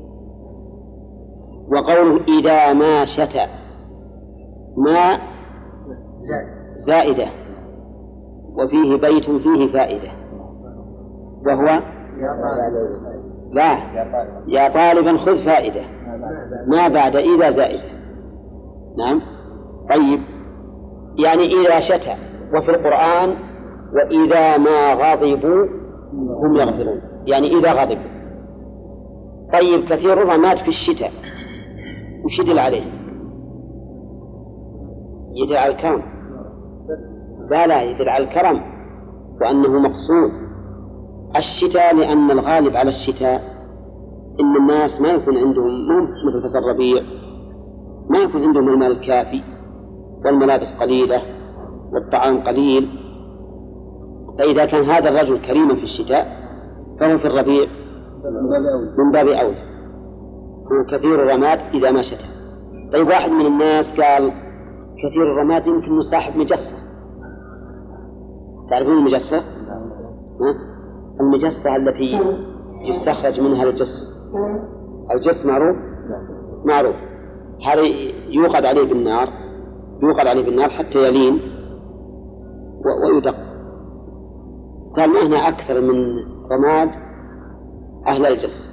وقوله إذا ما شتى ما زائدة، وفيه بيت فيه فائدة، وهو لا يا طالبا خذ فائدة، ما بعد إذا زائدة. نعم. طيب يعني إذا شتى، وفي القرآن وإذا ما غضبوا هم يغفرون، يعني إذا غضبوا. طيب كثير الرماد في الشتاء وش يدل عليه؟ يدل على الكرم. لا لا يدل على الكرم وأنه مقصود. الشتاء لأن الغالب على الشتاء إن الناس ما يكون عندهم مثل فصل الربيع ما يكون عندهم المال الكافي والملابس قليلة والطعام قليل، فإذا كان هذا الرجل كريما في الشتاء فهو في الربيع من باب أولى، هو كثير الرماد إذا ما شتى. طيب واحد من الناس قال كثير الرماد يمكن صاحب مجسة. تعرفون المجسة؟ ها؟ المجسة التي يستخرج منها الجص. الجص معروف؟ معروف. هذا يوقد عليه بالنار، يوقد عليه بالنار حتى يلين ويدق. قال ما هنا أكثر من رماد أهل الجص.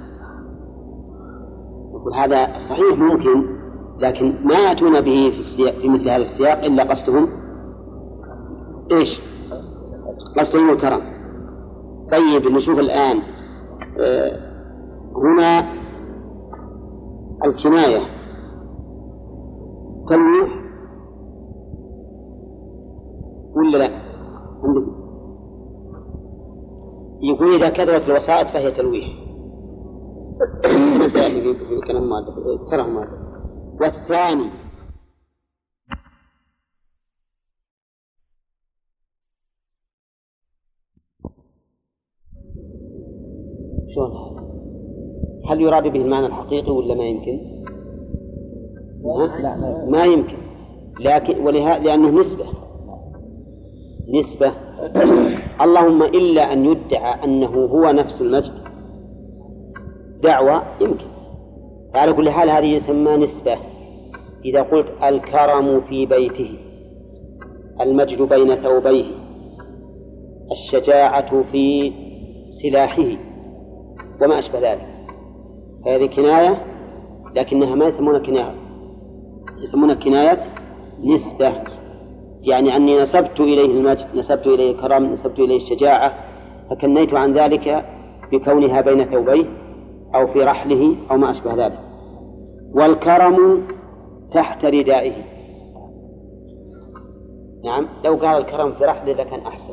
يقول هذا صحيح ممكن، لكن ما يأتون به في, السياق في مثل هذا السياق إلا قصدهم إيش؟ قصدهم الكرم. طيب نشوف الآن آه هنا الكناية تلويح ولا لا؟ عندك يقول إذا كثرت الوسائط فهي تلويح. مسألة في كلام مادة كلام مادة. والثاني شلون هذا؟ هل يراد به المعنى الحقيقي ولا ما يمكن؟ لا ما يمكن، لكن ولهذا لأنه نسبة نسبة اللهم إلا أن يدعى أنه هو نفس المجد دعوة يمكن. على كل حال هذه يسمى نسبة. إذا قلت الكرم في بيته، المجد بين ثوبيه، الشجاعة في سلاحه وما أشبه ذلك، هذه كناية، لكنها ما يسمونها كناية، يسمونها كناية نسبة. يعني أني نسبت إليه المجد، نسبت إليه الكرم، نسبت إليه الشجاعة، فكنيت عن ذلك بكونها بين ثوبيه أو في رحله أو ما أشبه ذلك. والكرم تحت ردائه. نعم لو قال الكرم في رحله لكان أحسن.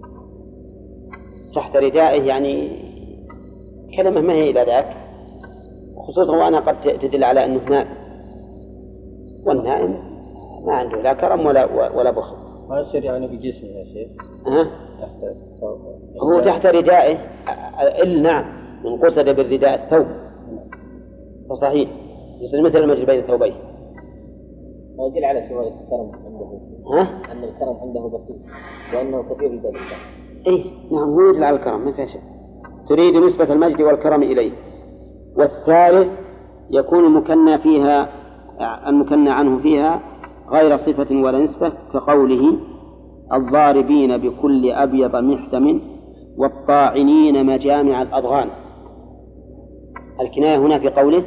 تحت ردائه يعني كلمة ما هي إلى ذاك، خصوصا وأنا قد تدل على أنه نائم، والنائم ما عنده لا كرم ولا ولا بخل. ما يصير يعني بجسمه يا شيخ؟ أه؟ تحت الثوب. هو تحت ردائه إلا نعم من قصد بالرداء الثوب فصحيح يصير مثل المجد بين ثوبيه. ما يدل على سواء الكرم عنده، ها؟ أن الكرم عنده بسيط وأنه كثير البذل. إيه نعم هو يدل على الكرم ما فيها شيء. تريد نسبة المجد والكرم إليه. والثالث يكون المكنى فيها المكنى عنه فيها غير صفة ولا نسبة، كقوله الضاربين بكل أبيض محتم والطاعنين مجامع الأضغان. الكناية هنا في قوله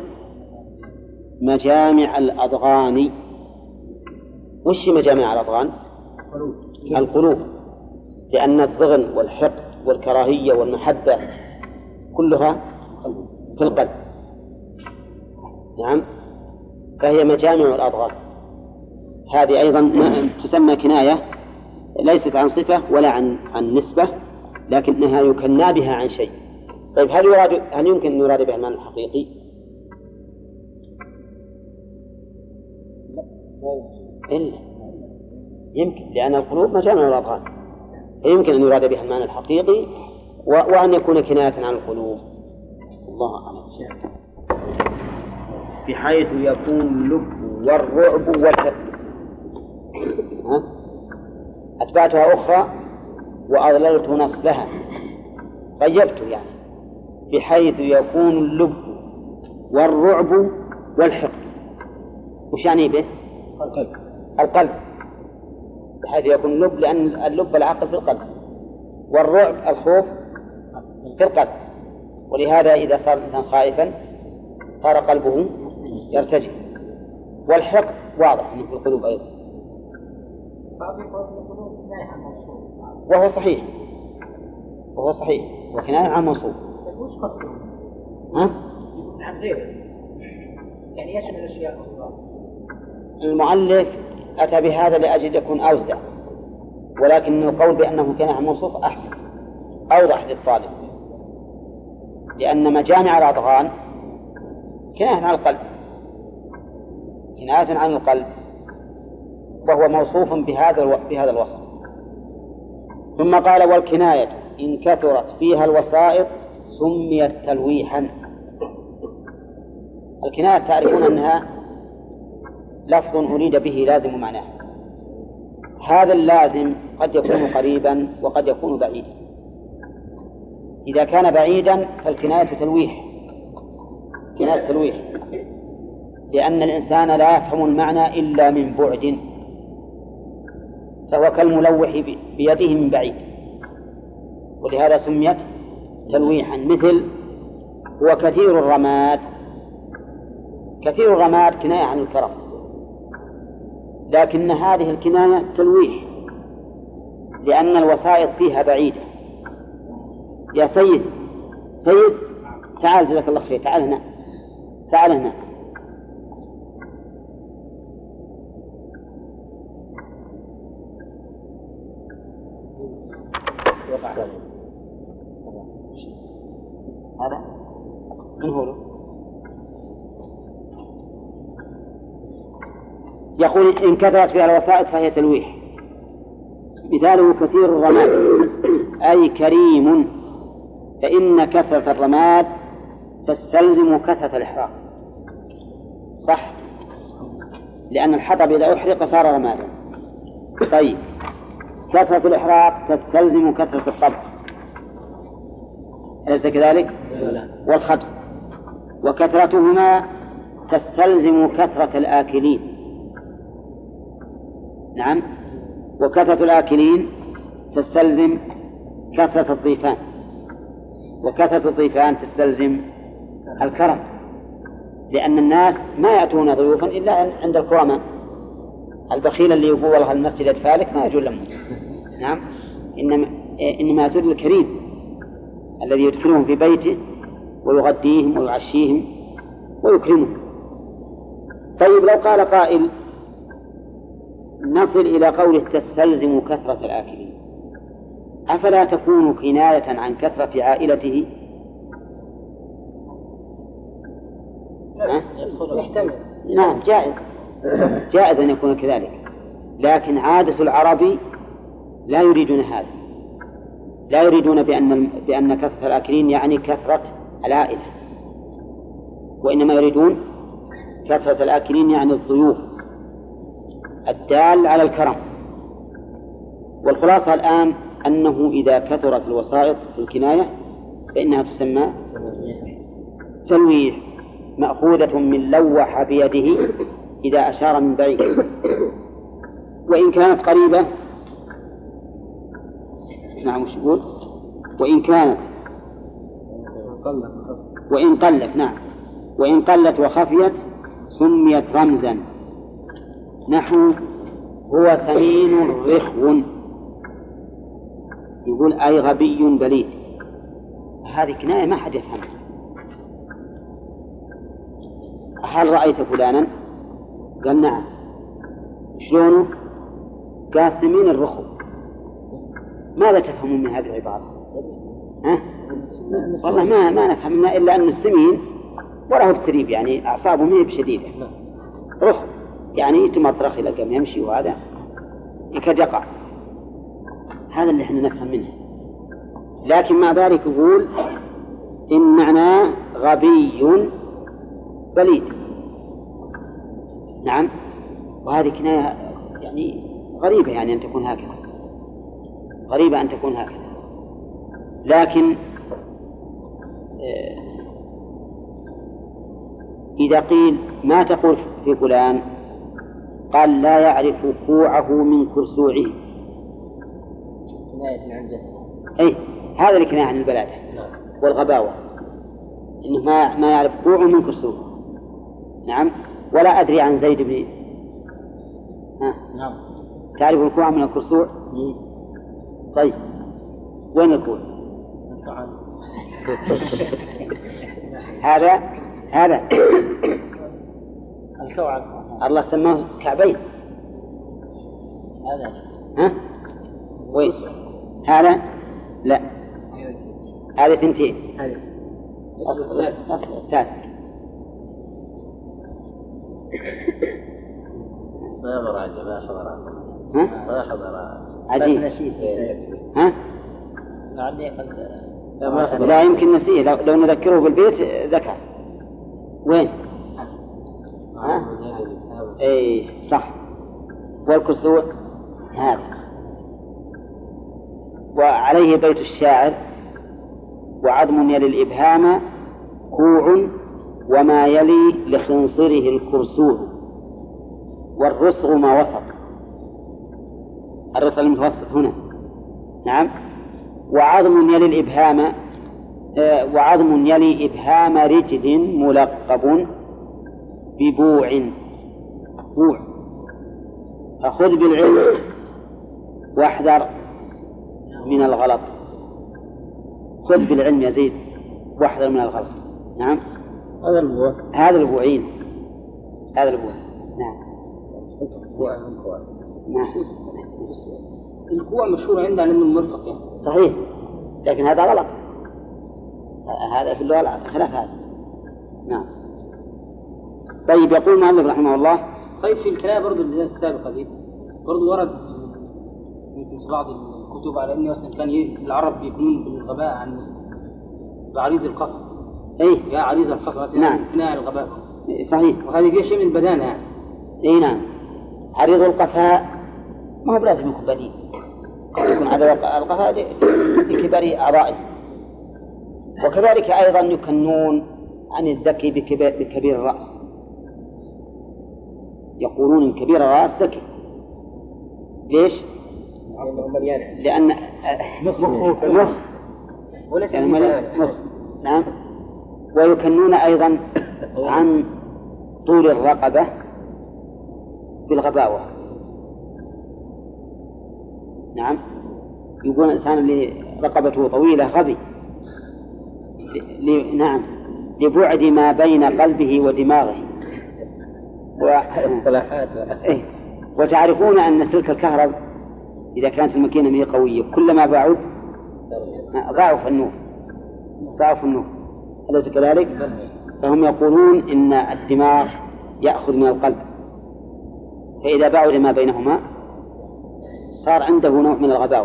مجامع الأضغان. وش مجامع الأضغان؟ القلوب، لأن الضغن والحقد والكراهية والمحبة كلها في القلب. نعم فهي مجامع الأضغان. هذه أيضا تسمى كناية ليست عن صفة ولا عن عن نسبة، لكنها يكنى بها عن شيء. طيب هل يراد هل يمكن أن يراد بها المعنى الحقيقي؟ إلا يمكن، لأن القلوب مجامع الأضغان، يمكن أن يراد بها المعنى الحقيقي وأن يكون كناية عن القلوب. الله أعلم. بحيث يكون اللب والرعب والحقد. ها؟ أتبعتها أخرى وأضللت نصلها، غيبت يعني بحيث يكون اللب والرعب والحقد. وش يعني به؟ القلب. القلب بحيث يكون اللب، لأن اللب العقل في القلب، والرعب الخوف في القلب. ولهذا إذا صار الإنسان خائفا صار قلبه يرتجف. والحقد واضح في القلوب أيضا، وهو صحيح وهو صحيح وكناية عن موصوف. وش قصده؟ ها؟ عن غيره يعني يشمل الأشياء. المؤلف أتى بهذا لأجل يكون أوسع، ولكن القول بأنه كان عن موصوف أحسن أوضح للطالب، لأن مجامع الأضغان كناية عن القلب، كناية عن القلب، وهو موصوف بهذا الو... بهذا الوصف. ثم قال والكناية إن كثرت فيها الوسائط سميت تلويحا. الكناية تعرفون أنها لفظ أريد به لازم معناه، هذا اللازم قد يكون قريبا وقد يكون بعيدا. إذا كان بعيدا فالكناية تلويح، كناية تلويح، لأن الإنسان لا يفهم المعنى إلا من بعد، فهو كالملوح بيده من بعيد، ولهذا سميت تلويحا. مثل هو كثير الرماد، كثير الرماد كناية عن الكرم، لكن هذه الكناية تلويح لأن الوسائط فيها بعيدة. يا سيد سيد تعال جزاك الله خير، تعال هنا، تعال هنا. هذا من هو له؟ يقول إن كثرت فيها الوسائط فهي تلويح. مثاله كثير الرماد أي كريم، فإن كثرة الرماد تستلزم كثرة الإحراق، صح؟ لأن الحطب إذا أحرق صار رمادا. طيب كثرة الإحراق تستلزم كثرة الطبخ، أليس كذلك؟ والخبز، وكثرتهما تستلزم كثرة الآكلين. نعم، وكثرة الآكلين تستلزم كثرة الضيفان، وكثرة الضيفان تستلزم الكرم، لأن الناس ما يأتون ضيوفا إلا عند الكرماء. البخيل اللي يقول والله المسجد الفالك ما يجول لهم. نعم، إنما إنما يأتون الكريم الذي يدخلهم في بيته ويغديهم ويعشيهم ويكرمهم. طيب لو قال قائل نصل إلى قوله تستلزم كثرة الآكلين، أفلا تكون كناية عن كثرة عائلته؟ يحتمل. نعم جائز، جائز أن يكون كذلك، لكن عادة العرب لا يريدون هذا، لا يريدون بأن بأن كثرة الآكلين يعني كثرة العائلة، وإنما يريدون كثرة الآكلين يعني الضيوف الدال على الكرم. والخلاصة الآن أنه إذا كثرت الوسائط في الكناية فإنها تسمى تلويح، مأخوذة من لوح بيده إذا أشار من بعيد. وإن كانت قريبة، نعم وش يقول؟ وإن كانت وإن قلت، نعم، وإن قلت وخفيت سميت رمزا، نحو هو سمين رخو، يقول أي غبي بليد. هذه كناية ما حد يفهمها. هل رأيت فلانا؟ قال نعم. شلونه؟ قال سمين الرخو. ماذا تفهمون من هذه العبارة؟ ها؟ والله ما ما نفهم إلا أن السمين وله بتريب، يعني أعصابه مهي بشديدة، رخو يعني يتمطرخ إلى كم يمشي، وهذا يكاد يقع. هذا اللي احنا نفهم منه، لكن مع ذلك يقول إن معناه غبي بليد. نعم، وهذه كناية يعني غريبة، يعني أن تكون هكذا، غريبة أن تكون هكذا. لكن إذا قيل ما تقول في فلان، قال لا يعرف كوعه من كرسوعه، كناية عن جهل. أي هذا اللي كناية عن البلادة والغباوة، إنه ما ما يعرف كوعه من كرسوعه. نعم، ولا أدري عن زيد بن ها نعم، تعرف الكوع من الكرسوع؟ طيب وين الكوع؟ هذا هذا الكوع الله سماه كعبين. هذا ها وين هذا؟ لا، هذه ثنتين. هذا الثالث ما مراجع ما حضر ها؟ ما حضر عجيب. ها؟ عندي قد لا يمكن نسيه، لو, لو نذكره بالبيت ذكر. وين؟ ها؟ اي صح. والكسوع هذا. وعليه بيت الشاعر: وعظم يلي الإبهام كوع وما يلي لخنصره الكرسوع، والرسغ ما وسط. الرسغ المتوسط هنا. نعم. وعظم يلي الإبهام آه وعظم يلي إبهام رجل ملقب ببوع. بوع. فخذ بالعلم واحذر من الغلط. خذ بالعلم يا زيد واحذر من الغلط. نعم. هذا البوع. هذا البوعين. هذا البوع. نعم. بوع من بوع. نعم. الكوع مشهور عندنا لأنه مرفق يعني. صحيح، لكن هذا غلط. هذا في اللغة خلاف هذا. نعم. طيب، يقول المؤلف رحمه الله: طيب في الكلام برضو اللي السابقة دي برضو ورد يمكن في بعض الكتب على أن مثلا كان العرب يكونون بالغباء عن عريض القفا. إيه. يا عريض القفا مثلا. نعم. ناع الغباء. صحيح. وهذه فيها شيء من البدانة يعني. إيه نعم. عريض القفاء ما هو بلازم يكون بديل، يكون عريض القفاء لكبر أعضائه. وكذلك أيضا يكنون عن الذكي بكبير, بكبير الرأس. يقولون إن كبير الرأس ذكي. ليش؟ لأن مخ مخ وليس مخ. نعم. ويكنون أيضا عن طول الرقبة بالغباوة. نعم. يقول الإنسان اللي رقبته طويلة غبي. ل... نعم، لبعد ما بين قلبه ودماغه. و... إيه. وتعرفون أن سلك الكهرب إذا كانت الماكينة مي قوية كلما بعد ضعف النور ضعف النور أليس كذلك؟ فهم يقولون إن الدماغ يأخذ من القلب، فإذا بعد ما بينهما صار عنده نوع من الغباوة.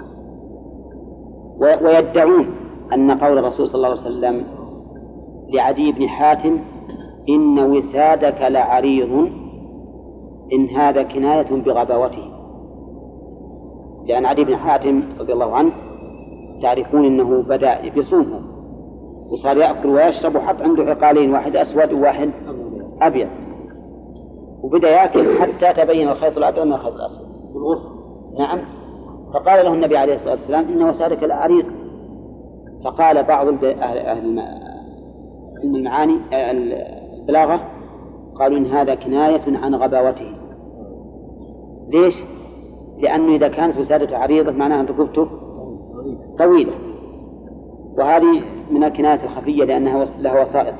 ويدعون أن قول الرسول صلى الله عليه وسلم لعدي بن حاتم: إن وسادك لعريض، إن هذا كناية بغباوته، لأن عدي بن حاتم رضي الله عنه تعرفون أنه بدأ يصومه وصار يأكل ويشرب وحط عنده عقالين، واحد أسود وواحد أبيض، وبدأ يأكل حتى تبين الخيط الأبيض من الخيط الأسود بالغرفة. نعم. فقال له النبي عليه الصلاة والسلام: إن وسادك لعريض. فقال بعض أهل المعاني البلاغة قالوا إن هذا كناية عن غباوته. ليش؟ لأنه إذا كانت وسادته عريضة معناها أن ركبته طويلة، وهذه من الكنايات الخفية لأنها لها وسائط.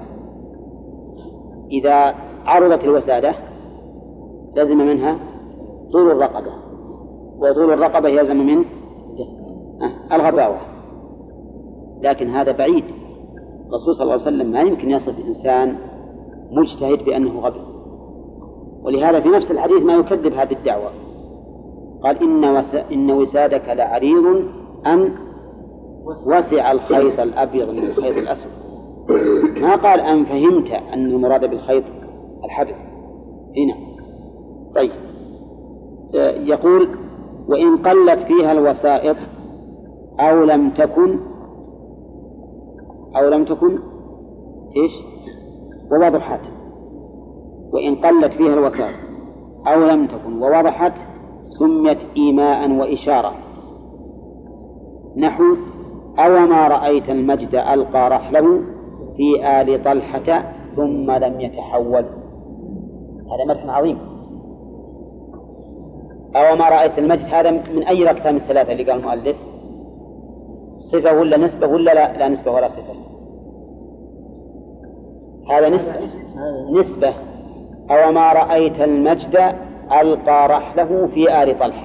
إذا عرضت الوسادة لازم منها طول الرقبة، وطول الرقبة يلزم من الغباوة. لكن هذا بعيد. الرسول صلى الله عليه وسلم ما يمكن يصف إنسان مجتهد بأنه غبي، ولهذا في نفس الحديث ما يكذب هذه الدعوة. قال: إن, وس... إن وسادك لعريض أن وسع الخيط الأبيض من الخيط الأسود. ما قال أن فهمت أن المراد بالخيط الحبل. هنا طيب. يقول: وإن قلت فيها الوسائط أو لم تكن أو لم تكن إيش ووضحت. وإن قلت فيها الوسائط أو لم تكن ووضحت سميت إيماء وإشارة. نحو: أو ما رأيت المجد ألقى رحله في آل طلحة ثم لم يتحول. هذا مدح عظيم. أو ما رأيت المجد هذا من أي الأقسام الثلاثة اللي قال المؤلف؟ صفة ولا نسبة ولا لا, لا نسبة ولا صفة؟ هذا نسبة. نسبة. أو ما رأيت المجد ألقى رحله في آل طلحة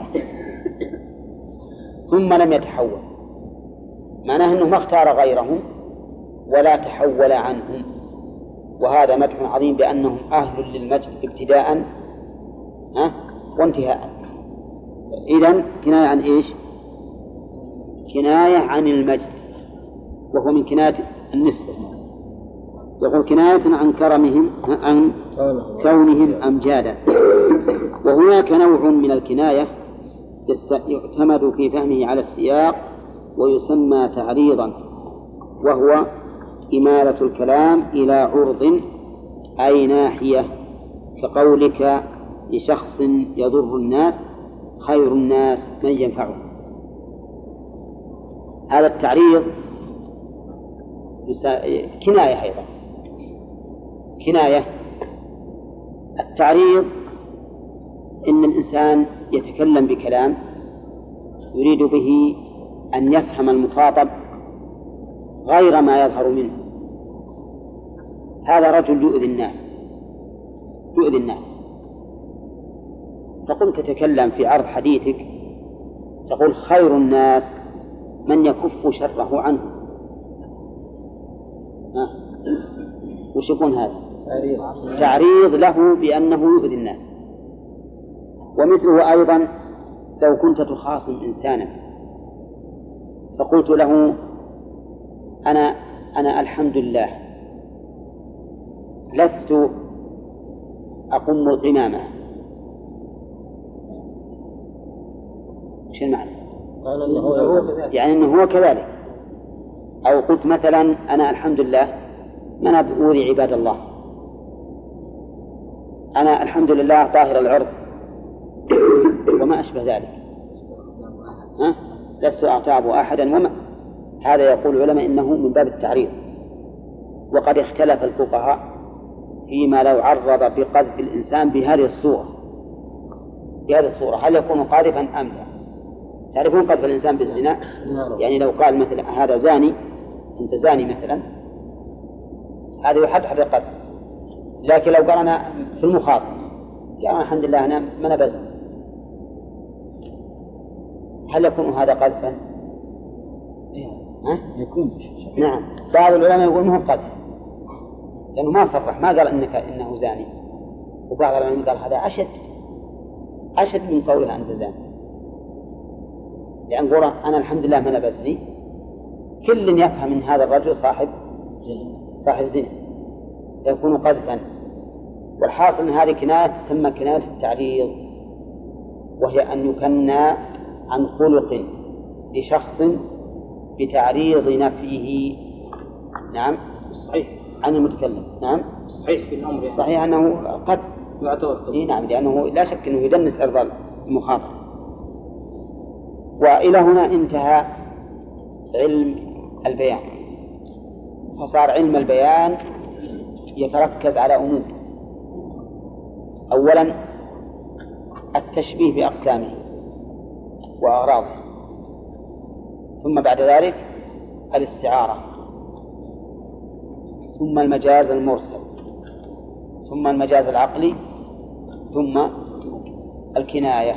ثم لم يتحول، معناه أنه ما اختار غيرهم ولا تحول عنهم. وهذا مدح عظيم بأنهم أهل للمجد ابتداء ها وانتهاء. إذن كناية عن إيش؟ كناية عن المجد، وهو من كناية النسبة. يقول كناية عن كرمهم، عن كونهم أمجادا. وهناك نوع من الكناية يعتمد في فهمه على السياق ويسمى تعريضا، وهو إمالة الكلام إلى عرض أي ناحية، كقولك لشخص يضر الناس خير الناس من ينفعه. هذا التعريض كناية أيضا، كناية. التعريض إن الإنسان يتكلم بكلام يريد به أن يفهم المخاطب غير ما يظهر منه. هذا رجل يؤذي الناس يؤذي الناس فقمت تتكلم في عرض حديثك تقول خير الناس من يكف شره عنه. ها؟ وش يكون هذا؟ تعريض له بأنه يؤذي الناس. ومثله أيضا لو كنت تخاصم إنسانا فقلت له أنا أنا الحمد لله لست أقم القمامة، وش المعنى؟ يعني أنه هو كذلك. أو قلت مثلا أنا الحمد لله ما أنا بأوذي عباد الله، أنا الحمد لله طاهر العرض وما أشبه ذلك، ها؟ لست أغتاب أحدا وما. هذا يقول العلماء إنه من باب التعريض. وقد اختلف الفقهاء فيما لو عرض بقذف الإنسان بهذه الصورة بهذه الصورة هل يكون قاذفا أم لا؟ تعرفون قذف الإنسان بالزنا؟ يعني لو قال مثلا هذا زاني، أنت زاني مثلا، هذا يحد حد القذف. لكن لو قال أنا في المخاصمة قال أنا الحمد لله أنا ما أنا بزن، هل يكون هذا قذفا؟ ها؟ يكون. نعم. بعض العلماء يقول ما هو قذف لأنه ما صرح، ما قال إنك إنه زاني. وبعض العلماء قال هذا أشد أشد من قولها أنت زاني، لأن قوله أنا الحمد لله ما أنا بزني كل يفهم من هذا الرجل صاحب صاحب زنا يكون قذفا. والحاصل أن هذه كناية تسمى كناية التعريض، وهي أن يكنى عن خلق لشخص بتعريض نفيه. نعم صحيح عن المتكلم. نعم صحيح في الأمر يعني. صحيح أنه قد يعتبر. إيه نعم، لأنه لا شك أنه يدنس عرض المخاطب. وإلى هنا انتهى علم البيان، فصار علم البيان يتركز على أمور. أولا التشبيه بأقسامه وأغراضه، ثم بعد ذلك الاستعارة، ثم المجاز المرسل، ثم المجاز العقلي، ثم الكناية.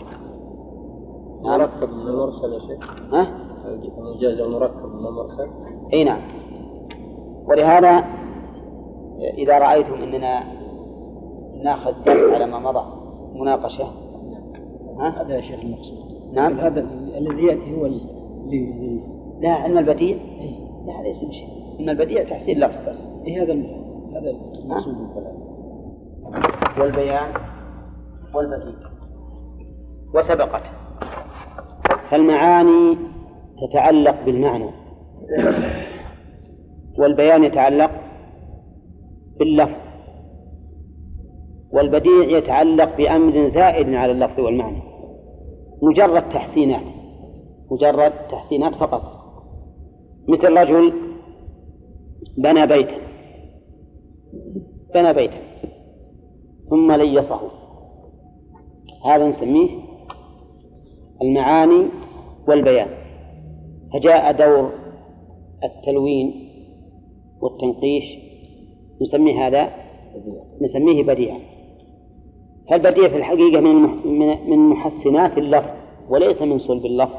مركب من المرسل يا شيخ؟ ها؟ المجاز المركب من المرسل؟ اي نعم. ولهذا إذا رأيتم أننا ناخذ درس على ما مضى مناقشة، ها؟ هذا يا شيخ المقصود. نعم. هذا الذي يأتي هو اللي لا علم البديع. لا هذا اسم شيء. علم البديع تحسين لفظ بس. إيه هذا هذا المقصود بالكلام. والبيان والبديع وسبقت. فالمعاني تتعلق بالمعنى، والبيان يتعلق باللفظ، والبديع يتعلق بأمر زائد على اللفظ والمعنى، مجرد تحسينات مجرد تحسينات فقط. مثل رجل بنى بيتا بنى بيتا ثم ليصه، هذا نسميه المعاني والبيان. فجاء دور التلوين والتنقيش نسميه هذا نسميه بديعا. فالبديع في الحقيقة من من محسنات اللفظ وليس من صلب اللفظ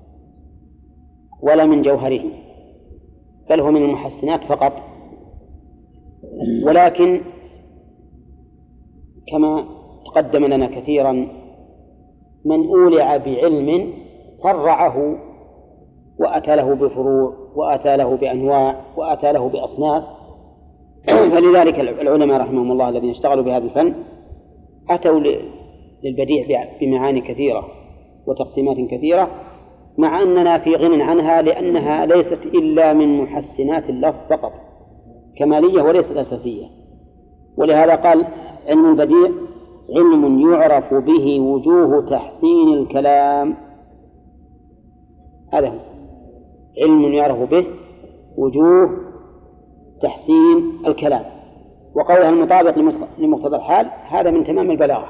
ولا من جوهره، بل هو من المحسنات فقط. ولكن كما تقدم لنا كثيرا من أولع بعلم فرعه وأتى له بفروع وأتى له بأنواع وأتى له بأصناف. فلذلك العلماء رحمهم الله الذين اشتغلوا بهذا الفن أتوا للبديع بمعاني كثيرة وتقسيمات كثيرة، مع أننا في غنى عنها لأنها ليست إلا من محسنات اللفظ فقط كمالية وليست أساسية. ولهذا قال علم البديع علم يعرف به وجوه تحسين الكلام. هذا هو علم يعرف به وجوه تحسين الكلام، وقولها المطابق لمقتضى الحال هذا من تمام البلاغة.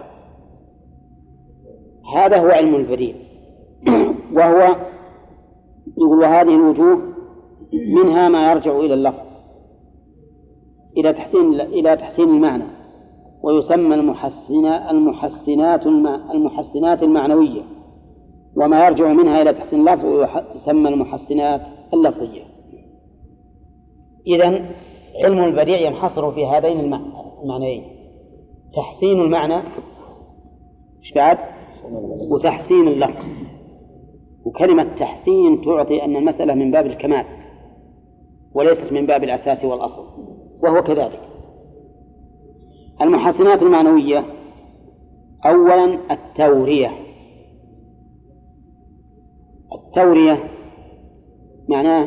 هذا هو علم البديع. وهو يقول وهذه الوجوه منها ما يرجع إلى اللفظ إلى تحسين إلى تحسين المعنى، ويسمى المحسنات المحسنات المحسنات المعنوية، وما يرجع منها إلى تحسين اللفظ ويسمى المحسنات اللفظية. إذن علم البديع ينحصر في هذين المعنيين: تحسين المعنى إيش بعد؟ وتحسين اللفظ. وكلمة تحسين تعطي أن المسألة من باب الكمال وليست من باب الأساس والأصل، وهو كذلك. المحسنات المعنوية أولا التورية. التورية معناه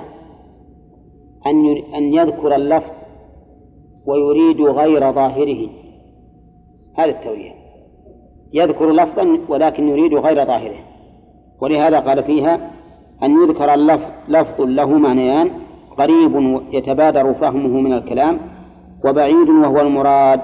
أن يذكر اللفظ ويريد غير ظاهره. هذا التورية، يذكر لفظا ولكن يريد غير ظاهره. ولهذا قال فيها أن يذكر اللفظ لفظ له معنيان: قريب يتبادر فهمه من الكلام، وبعيد وهو المراد.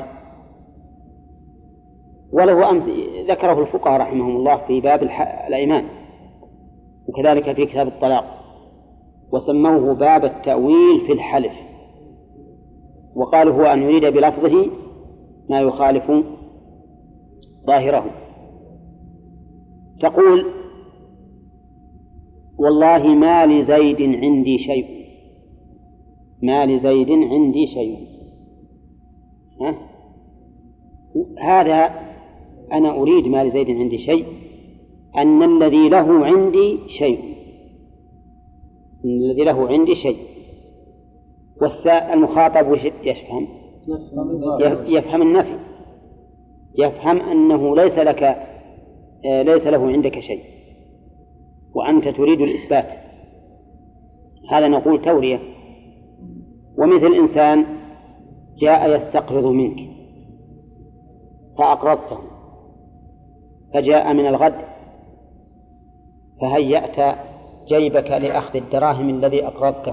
وله أمث ذكره الفقهاء رحمهم الله في باب الأيمان، وكذلك في كتاب الطلاق، وسموه باب التأويل في الحلف. وقالوا هو أن يريد بلفظه ما يخالف ظاهره. تقول والله ما لزيد عندي شيء، ما لزيد عندي شيء. ها؟ هذا أنا أريد ما لزيد عندي شيء، أن الذي له عندي شيء، الذي له عندي شيء. والمخاطب يفهم يفهم النفي، يفهم أنه ليس لك ليس له عندك شيء وأنت تريد الإثبات. هذا نقول تورية. ومثل إنسان جاء يستقرض منك فأقرضته، فجاء من الغد فهيأت جيبك لأخذ الدراهم الذي أقرضته،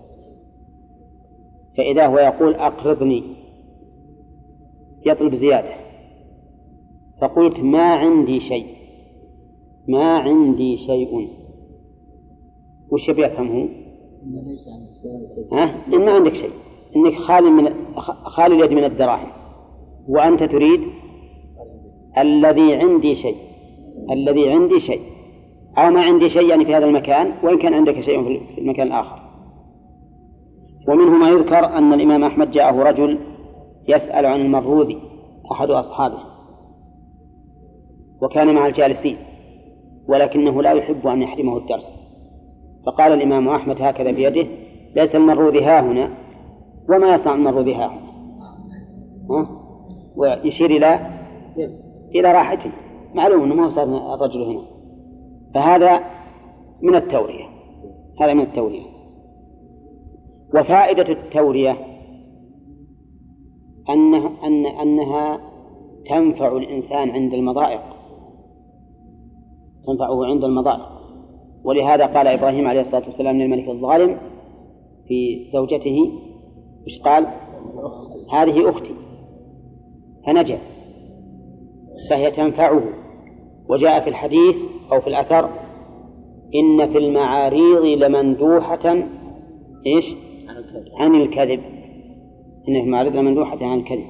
فإذا هو يقول أقرضني، يطلب زيادة، فقلت ما عندي شيء، ما عندي شيء، وش بيفهمه؟ ها؟ إن ما عندك شيء، إنك خالي من خالي اليد من الدراهم، وأنت تريد الذي عندي شيء، الذي عندي شيء، أو ما عندي شيء يعني في هذا المكان، وإن كان عندك شيء في المكان الآخر. ومنه ما يذكر أن الإمام أحمد جاءه رجل يسأل عن المروذي أحد أصحابه، وكان مع الجالسين ولكنه لا يحب أن يحرمه الدرس، فقال الإمام أحمد هكذا بيده: ليس المروذي ها هنا، وما يصنع المروذي ها هنا، ويشير إلى إلى راحته، معلوم أنه ما هو صار الرجل هنا. فهذا من التورية، هذا من التورية. وفائدة التورية أنها, أن أنها تنفع الإنسان عند المضائق، تنفعه عند المضائق. ولهذا قال إبراهيم عليه الصلاة والسلام للملك الظالم في زوجته، وش قال؟ هذه أختي، فنجا، فهي تنفعه. وجاء في الحديث أو في الأثر: إن في المعاريض لمندوحة إيش؟ عن الكذب. إن في المعاريض لمندوحة عن الكذب.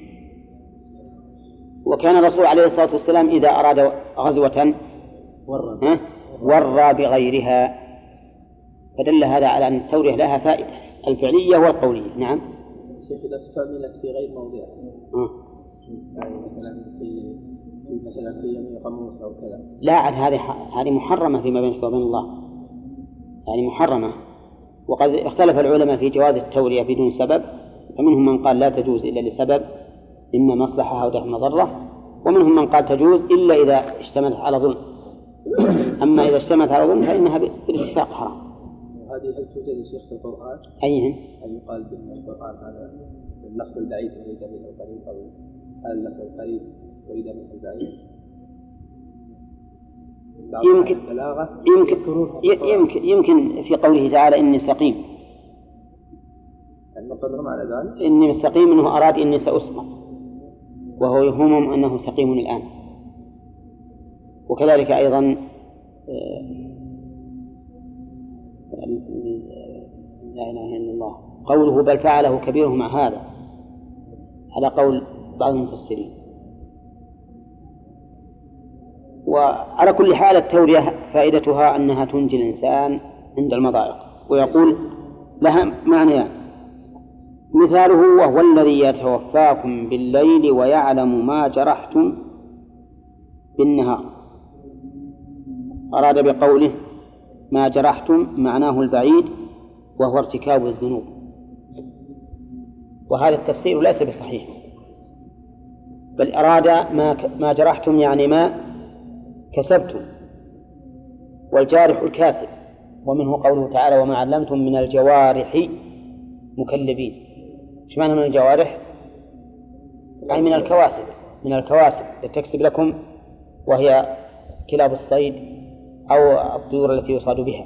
وكان الرسول عليه الصلاة والسلام إذا أراد غزوة ورى, ورى بغيرها، فدل هذا على أن التورية لها فائدة الفعلية والقولية. نعم. شيخ إذا استعملت في غير موضعها يعني مثلا في مثلا في يمين قاموس أو كذا. لا، عن هذه هذه محرمة فيما بينك وبين الله، يعني محرمة. وقد اختلف العلماء في جواز التورية بدون سبب، فمنهم من قال لا تجوز إلا لسبب إما مصلحة أو دفع مضرة، ومنهم من قال تجوز إلا إذا اشتملت على ظلم. أما إذا اشتملت على ظلم فإنها بالاتفاق حرام. وهذه هل توجد يا شيخ في القرآن؟ أيهن؟ هل يقال بأن القرآن هذا اللفظ البعيد أريد منه القريب، أو هل اللفظ القريب أريد منه البعيد؟ يمكن يمكن يمكن يمكن في قوله تعالى إني سقيم، المقدر على ذلك إني سقيم أنه أراد إني سأسقط، وهو يهمهم أنه سقيم الآن. وكذلك أيضا لا إله إلا الله قوله بل فعله كبيرهم مع هذا، على قول بعض المفسرين. وعلى كل حال التورية فائدتها أنها تنجي الإنسان عند المضايق. ويقول لها معنيان: مثاله وهو الذي يتوفاكم بالليل ويعلم ما جرحتم بالنهار. أراد بقوله ما جرحتم معناه البعيد وهو ارتكاب الذنوب، وهذا التفسير ليس بصحيح، بل أراد ما ما جرحتم يعني ما كسبتم، والجارح الكاسب. ومنه قوله تعالى وما علمتم من الجوارح مكلبين. ايش معنى من الجوارح؟ أي من الكواسب، من الكواسب تكسب لكم، وهي كلاب الصيد أو الطيور التي يصاد بها.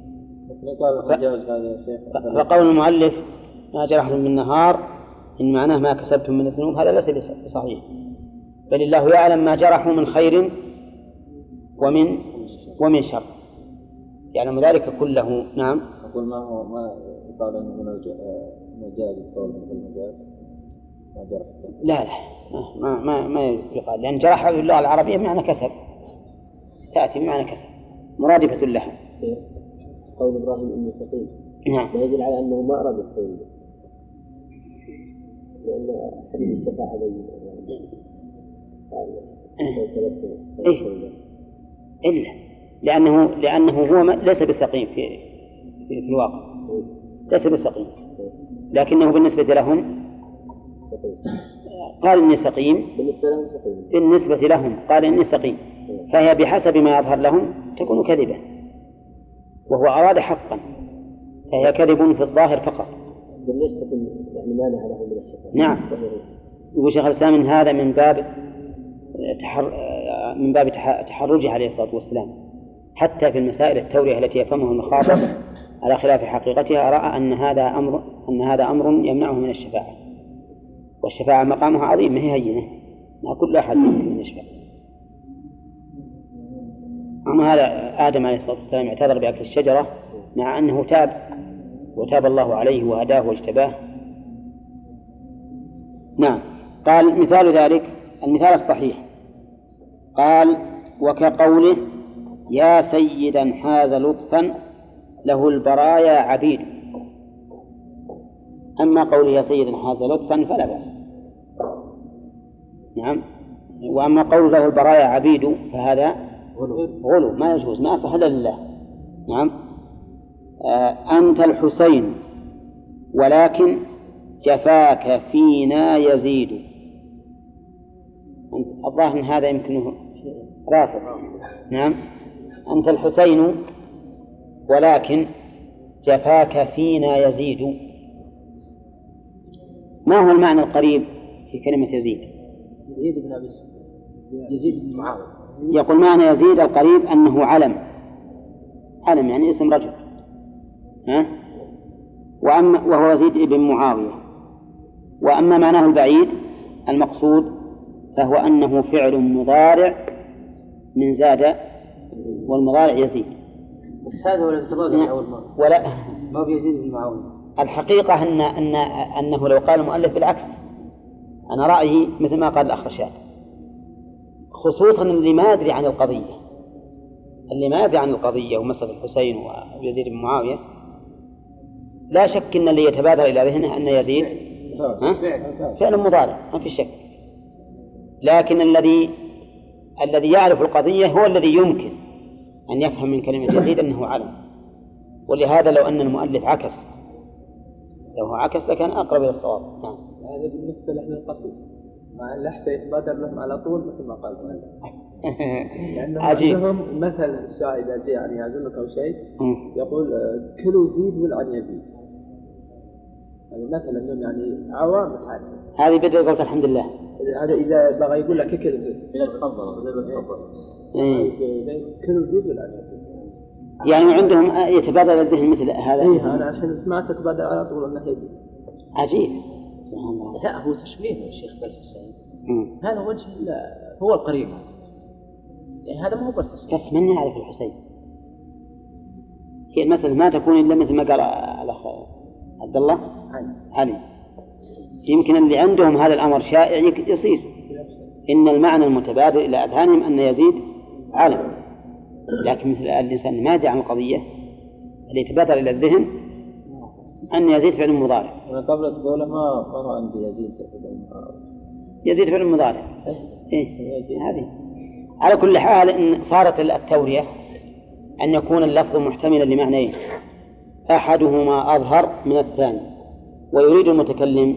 فقول المؤلف ما جرحتم من نهار إن معناه ما كسبتم من الذنوب هذا ليس بصحيح، بل الله يعلم ما جرحوا من خير ومن ومن شر، يعلم ذلك كله. نعم. أقول ما هو ما يقال أنه من المجاز القول من المجاز ما جرح. لا لا ما ما ما يقال، لأن جرح في اللغة العربية معنى كسب، تأتي بمعنى كسب مرادفة لها. قول إبراهيم إني سقيم نعم لا يدل على أنه ما أراد القول، لأن حديث الشفاعة بين إيه إلا لأنه لأنه هو ليس بسقيم في في, في الواقع، ليس بسقيم، لكنه بالنسبة لهم قال إني سقيم، بالنسبة لهم قال إني سقيم، فهي بحسب ما يظهر لهم تكون كذبة، وهو أراد حقا، فهي كذب في الظاهر فقط. ليش تكون يعني مانع له من الشفاعة؟ نعم. يقول شيخ الإسلام من هذا من باب تحر من باب تحرجه عليه الصلاة والسلام حتى في المسائل التورية التي يفهمها المخاطب على خلاف حقيقتها، رأى أن هذا أمر أن هذا أمر يمنعه من الشفاعة، والشفاعة مقامها عظيم ما هي هينة، ما كل أحد ممكن من الشفاعة. أما هذا آدم عليه الصلاة والسلام اعتذر بأكل الشجرة مع أنه تاب وتاب الله عليه وهداه واجتباه. نعم. قال مثال ذلك المثال الصحيح، قال وكقوله يا سيدا حاز لطفا له البرايا عبيد. أما قوله يا سيدا حاز لطفا فلا بأس. نعم. وأما قوله له البرايا عبيد فهذا غلو ما يجوز، ما أصح إلا لله. نعم. آه أنت الحسين ولكن جفاك فينا يزيد. الظاهر أن هذا يمكنه رافض. نعم. أنت الحسين ولكن جفاك فينا يزيد. ما هو المعنى القريب في كلمة يزيد؟ يزيد بن أبي يزيد بن معاوية. يقول معنى يزيد القريب أنه علم، علم يعني اسم رجل، ها؟ وأما وهو يزيد بن معاوية. وأما معناه البعيد المقصود فهو أنه فعل مضارع من زاد، والمضارع يزيد. بس هذا هو الانتظار أول مرة ولا ما بيزيد بن معاوية. الحقيقة أن أن أنه لو قال المؤلف بالعكس، أنا رأيي مثل ما قال الأخ رشاد، خصوصا اللي ما يدري عن القضية، اللي ما يدري عن القضية ومسألة الحسين ويزيد بن معاوية، لا شك أن اللي يتبادر إلى ذهنه أن يزيد ها؟ فعل مضارع ما في شك. لكن الذي الذي يعرف القضية هو الذي يمكن أن يفهم من كلمة يزيد أنه علم. ولهذا لو أن المؤلف عكس لو عكس لكان أقرب إلى الصواب. نعم. هذا بالنسبة لأهل القصيد، مع أن لحظة يتبادر لهم على طول مثل ما قال المؤلف. لأنهم عندهم مثل الشاعر إذا جاء يعني يعزمك أو شيء يقول كلوا زيد والعن يزيد. هذا مثل أنهم يعني عوام تعرف. هذه بدأ قلت الحمد لله. هذا إذا بغى يقول لك كلوا زيد. إذا تفضل إذا تفضل. كلوا زيد والعن يزيد. يعني عندهم يتبادل الذهن مثل هذا. إيه أنا عشان سمعت تبادل على طول أنه يزيد. عجيب. لا هو تشبيه الشيخ بالحسين. هذا وجه هو القريب يعني هذا ما هو بالحسين. بس من يعرف الحسين؟ هي المسألة ما تكون إلا مثل ما قال الأخ عبد الله علي. يمكن اللي عندهم هذا الأمر شائع يصير إن المعنى المتبادل إلى أذهانهم أن يزيد عالم، لكن مثل الإنسان ما يدري عن القضية اللي يتبادل إلى الذهن أن يزيد فعل مضارع. أنا قبل تقول ما ما عندي يزيد يزيد فعل مضارع. إيه هذه على كل حال إن صارت التورية أن يكون اللفظ محتملا لمعنيين أحدهما أظهر من الثاني، ويريد المتكلم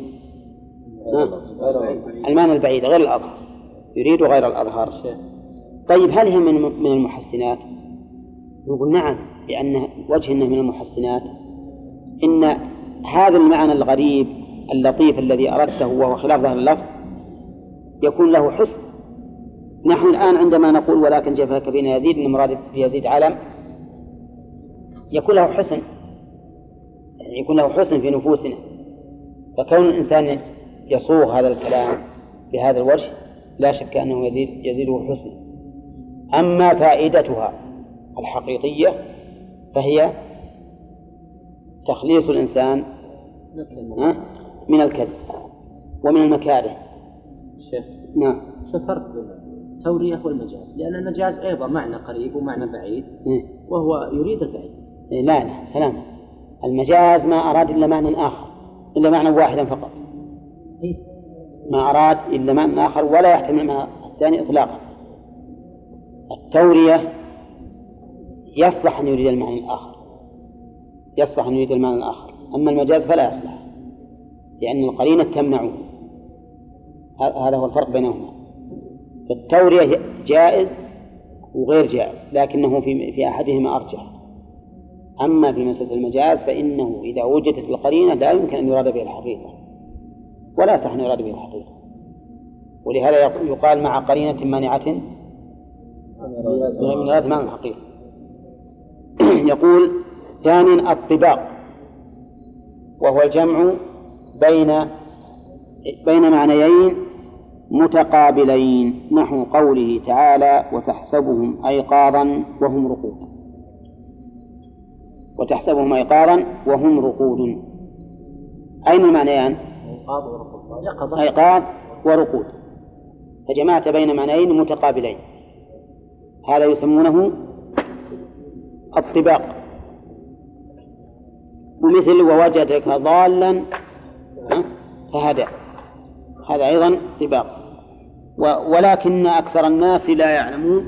المعنى البعيد غير الأظهر، يريد غير الأظهر. طيب هل هي من من المحسنات؟ نقول نعم، لأن وجه أنه من المحسنات إن هذا المعنى الغريب اللطيف الذي أردته وهو خلاف ظاهر اللفظ يكون له حسن. نحن الآن عندما نقول ولكن جفاك بنا يزيد إن مراد يزيد علم يكون له حسن، يكون له حسن في نفوسنا. فكون الإنسان يصوغ هذا الكلام بهذا الوجه لا شك أنه يزيد يزيده حسنا. أما فائدتها الحقيقية فهي تخليص الإنسان من الكذب ومن المكاره. شيخ نعم. شو الفرق بين التورية والمجاز؟ لأن المجاز أيضا معنى قريب ومعنى بعيد وهو يريد البعيد. لا لا سلام، المجاز ما أراد إلا معنى آخر، إلا معنى واحدا فقط، ما أراد إلا معنى آخر ولا يحتمل معنى الثاني إطلاقا. التورية يصلح أن يريد المعنى الآخر، يصلح أن يريد المعنى الآخر، أما المجاز فلا يصلح لأن القرينة تمنعه. هذا هو الفرق بينهما. فالتورية جائز وغير جائز، لكنه في في أحدهما أرجح. أما في مسألة المجاز فإنه إذا وجدت القرينة لا يمكن أن يراد به الحقيقة ولا صح أن يراد به الحقيقة، ولهذا يقال مع قرينة مانعة من إرادة معنى الحقيقة. يقول ثانيا الطباق، وهو الجمع بين بين معنيين متقابلين، نحو قوله تعالى وتحسبهم أيقاظا وهم رقود. وتحسبهم أيقاظا وهم رقود، أين المعنيان؟ أيقاظ ورقود، فجمعت بين معنيين متقابلين، هذا يسمونه الطباق. ومثل ووجدك ضالا فهدى، هذا أيضا طباق. ولكن أكثر الناس لا يعلمون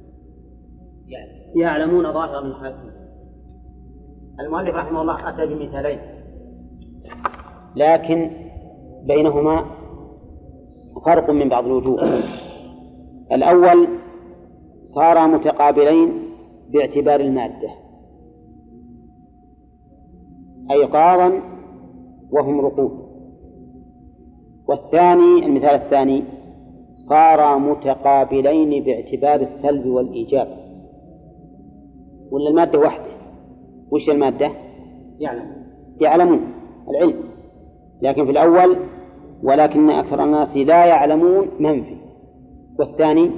يعلمون ظاهرا من حياتهم. المؤلف رحمه الله أتى بمثالين لكن بينهما فرق من بعض الوجوه. الأول صار متقابلين باعتبار المادة، أيقاظا وهم رقود. والثاني المثال الثاني صار متقابلين باعتبار السلب والإيجاب. ولا المادة واحدة؟ وش المادة؟ يعلم يعلمون العلم، لكن في الأول ولكن أكثر الناس لا يعلمون منفي، والثاني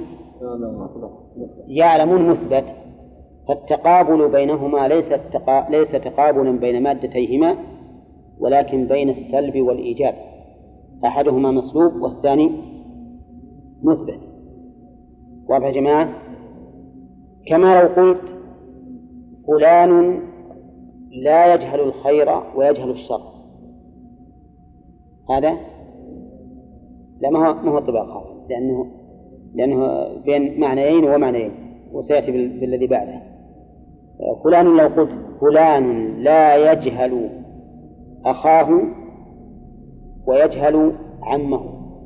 يعلمون مثبت. فالتقابل بينهما ليس التقا... ليس تقابلا بين مادتيهما ولكن بين السلب والإيجاب، أحدهما مسلوب والثاني مثبت. واضح يا جماعة؟ كما لو قلت فلان لا يجهل الخير ويجهل الشر، هذا لا ما هو ما هو طباق هذا، لأنه لأنه بين معنيين ومعنيين، وسيأتي بالذي بعده. فلان لو قلت فلان لا يجهل أخاه ويجهل عمه،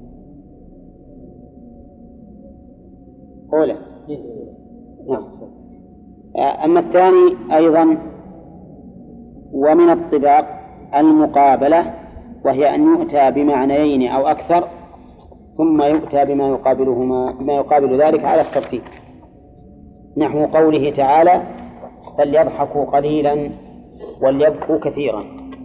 أولى. نعم. أما الثاني أيضا ومن الطباق المقابلة، وهي أن يؤتى بمعنيين أو أكثر ثم يؤتى بما يقابلهما بما يقابل ذلك على الترتيب، نحو قوله تعالى فليضحكوا قليلا وليبكوا كثيرا.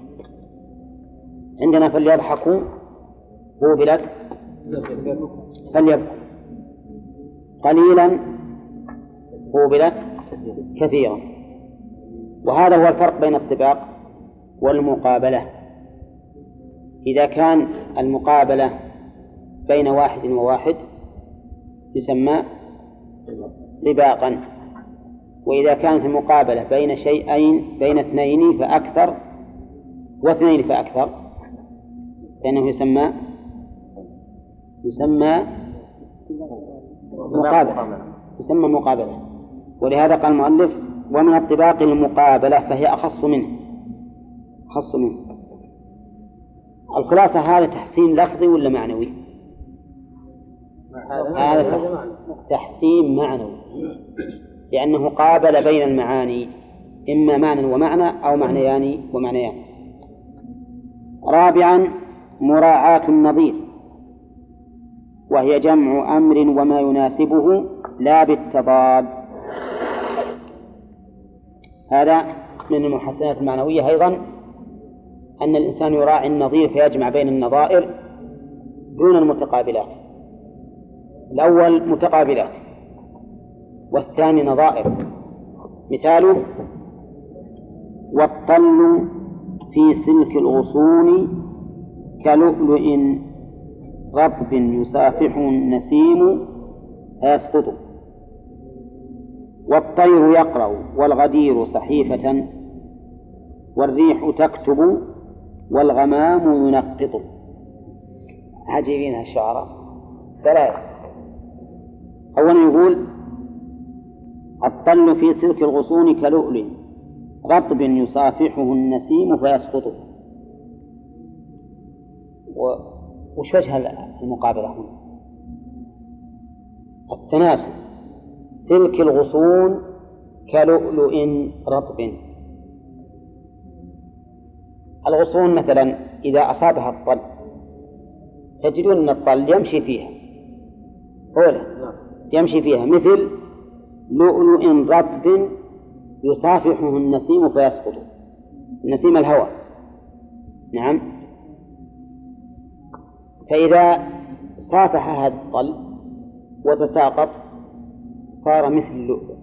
عندنا فليضحكوا قوبلت فليبكوا، قليلا قوبلت كثيرا. وهذا هو الفرق بين الطباق والمقابلة. إذا كان المقابلة بين واحد وواحد يسمى طباقا، وإذا كانت المقابلة بين شيئين بين اثنين فأكثر واثنين فأكثر فإنه يسمى يسمى مقابلة يسمى مقابلة. ولهذا قال المؤلف ومن الطباق المقابلة فهي أخص منه أخص منه. الخلاصة هذا تحسين لفظي ولا معنوي؟ هذا تحسين معنوي، لأنه قابل بين المعاني إما معنى ومعنى أو معنيان ومعنيان. رابعا مراعاة النظير، وهي جمع أمر وما يناسبه لا بالتضاد. هذا من المحسنات المعنوية أيضا أن الإنسان يراعي النظير فيجمع بين النظائر دون المتقابلات. الأول متقابلات والثاني نظائر. مثاله والطل في سلك الغصون كلؤلؤ رطب يسافح النسيم فيسقط. والطير يقرأ والغدير صحيفة والريح تكتب والغمام ينقط. عجيبين هالشعراء ثلاثة. أولا يقول الطل في سلك الغصون كلؤلؤ رطب يصافحه النسيم فيسقط. وش وجه المقابلة هنا؟ التناسب. سلك الغصون كلؤلؤ رطب. الغصون مثلا إذا أصابها الطل تجدون أن الطل يمشي فيها أولا يمشي فيها مثل لؤلؤ رطب يصافحه النسيم فيسقط. النسيم الهواء. نعم. فإذا صافح هذا الطل وتساقط صار مثل اللؤلؤ.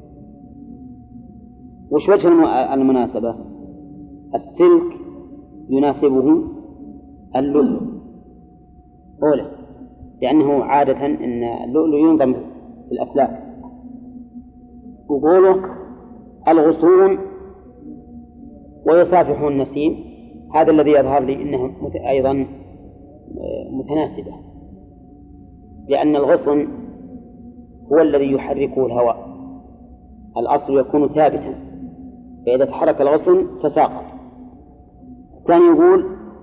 وش وجه المناسبة؟ السلك يناسبه اللؤلؤ أولا، لأنه عادة أن اللؤلؤ ينظم في الأسلاك. وقوله الغصون ويصافح النسيم هذا الذي يظهر لي أنه أيضا متناسبة، لأن الغصن هو الذي يحركه الهواء، الأصل يكون ثابتا، فإذا تحرك الغصن تساقط. الثاني يقول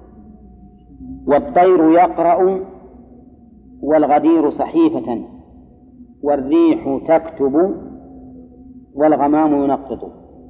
والطير يقرأ والغدير صحيفة والريح تكتب والغمام ينقط.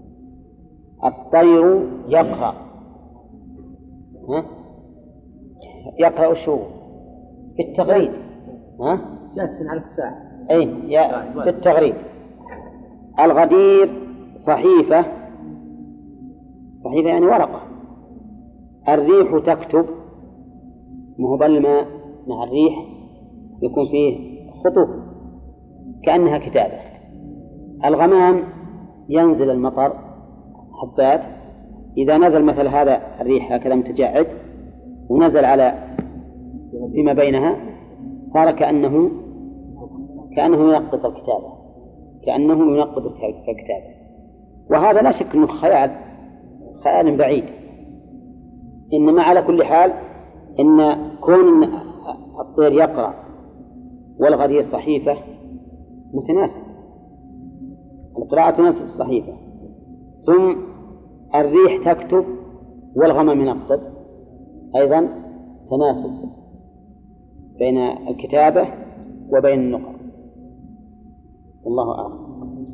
الطير يقرأ ها؟ يقرأ شو في التغريد ها؟ جالس على الساعة أي في التغريد. الغدير صحيفة، صحيفة يعني ورقة. الريح تكتب، مو بالماء مع الريح يكون فيه خطوط كأنها كتابة. الغمام ينزل المطر حبات، إذا نزل مثل هذا الريح هكذا متجعد ونزل على فيما بينها صار كأنه كأنه ينقط الكتابة كأنه ينقط الكتابة. وهذا لا شك أنه خيال خيال بعيد، إنما على كل حال إن كون الطير يقرأ والغدير صحيفة متناسب، القراءة تناسب الصحيفة. ثم الريح تكتب والغمام ينقط، أيضا تناسب بين الكتابة وبين النقر. والله أعلم.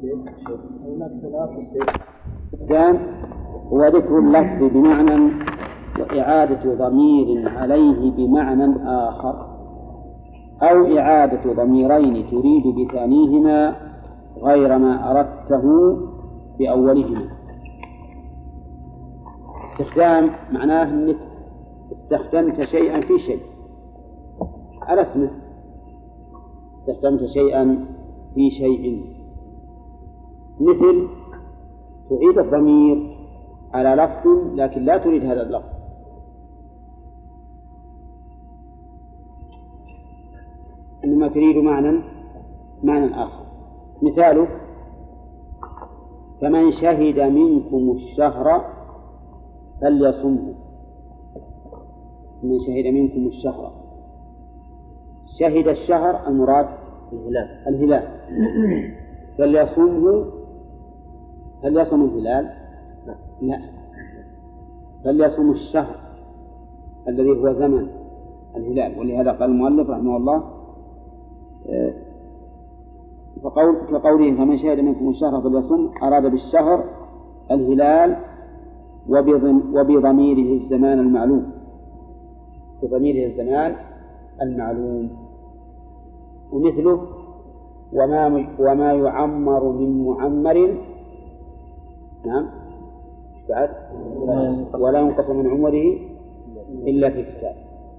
الثاني هو ذكر اللفظ بمعنى وإعادة ضمير عليه بمعنى آخر، أو إعادة ضميرين تريد بثانيهما غير ما أردته بأولهما. استخدام معناه أنك استخدمت شيئا في شيء على اسمه، استخدمت شيئا في شيء، مثل تعيد الضمير على لفظ لكن لا تريد هذا اللفظ. إنما تريد معنى معنى آخر. مثاله: فمن شهد منكم الشهر فليصمه. من شهد منكم الشهر، شهد الشهر المراد الهلال الهلال فليصمه. هل يصم الهلال؟ لا، فليصم الشهر الذي هو زمن الهلال. ولهذا قال المؤلف رحمه الله فقول كقوله فمن شهد منكم الشهر فليصم، أراد بالشهر الهلال وبضميره الزمان المعلوم، بضميره الزمان المعلوم. ومثله وما وما يعمر من معمر، نعم، بعد ولا ينقص من عمره إلا في كتاب.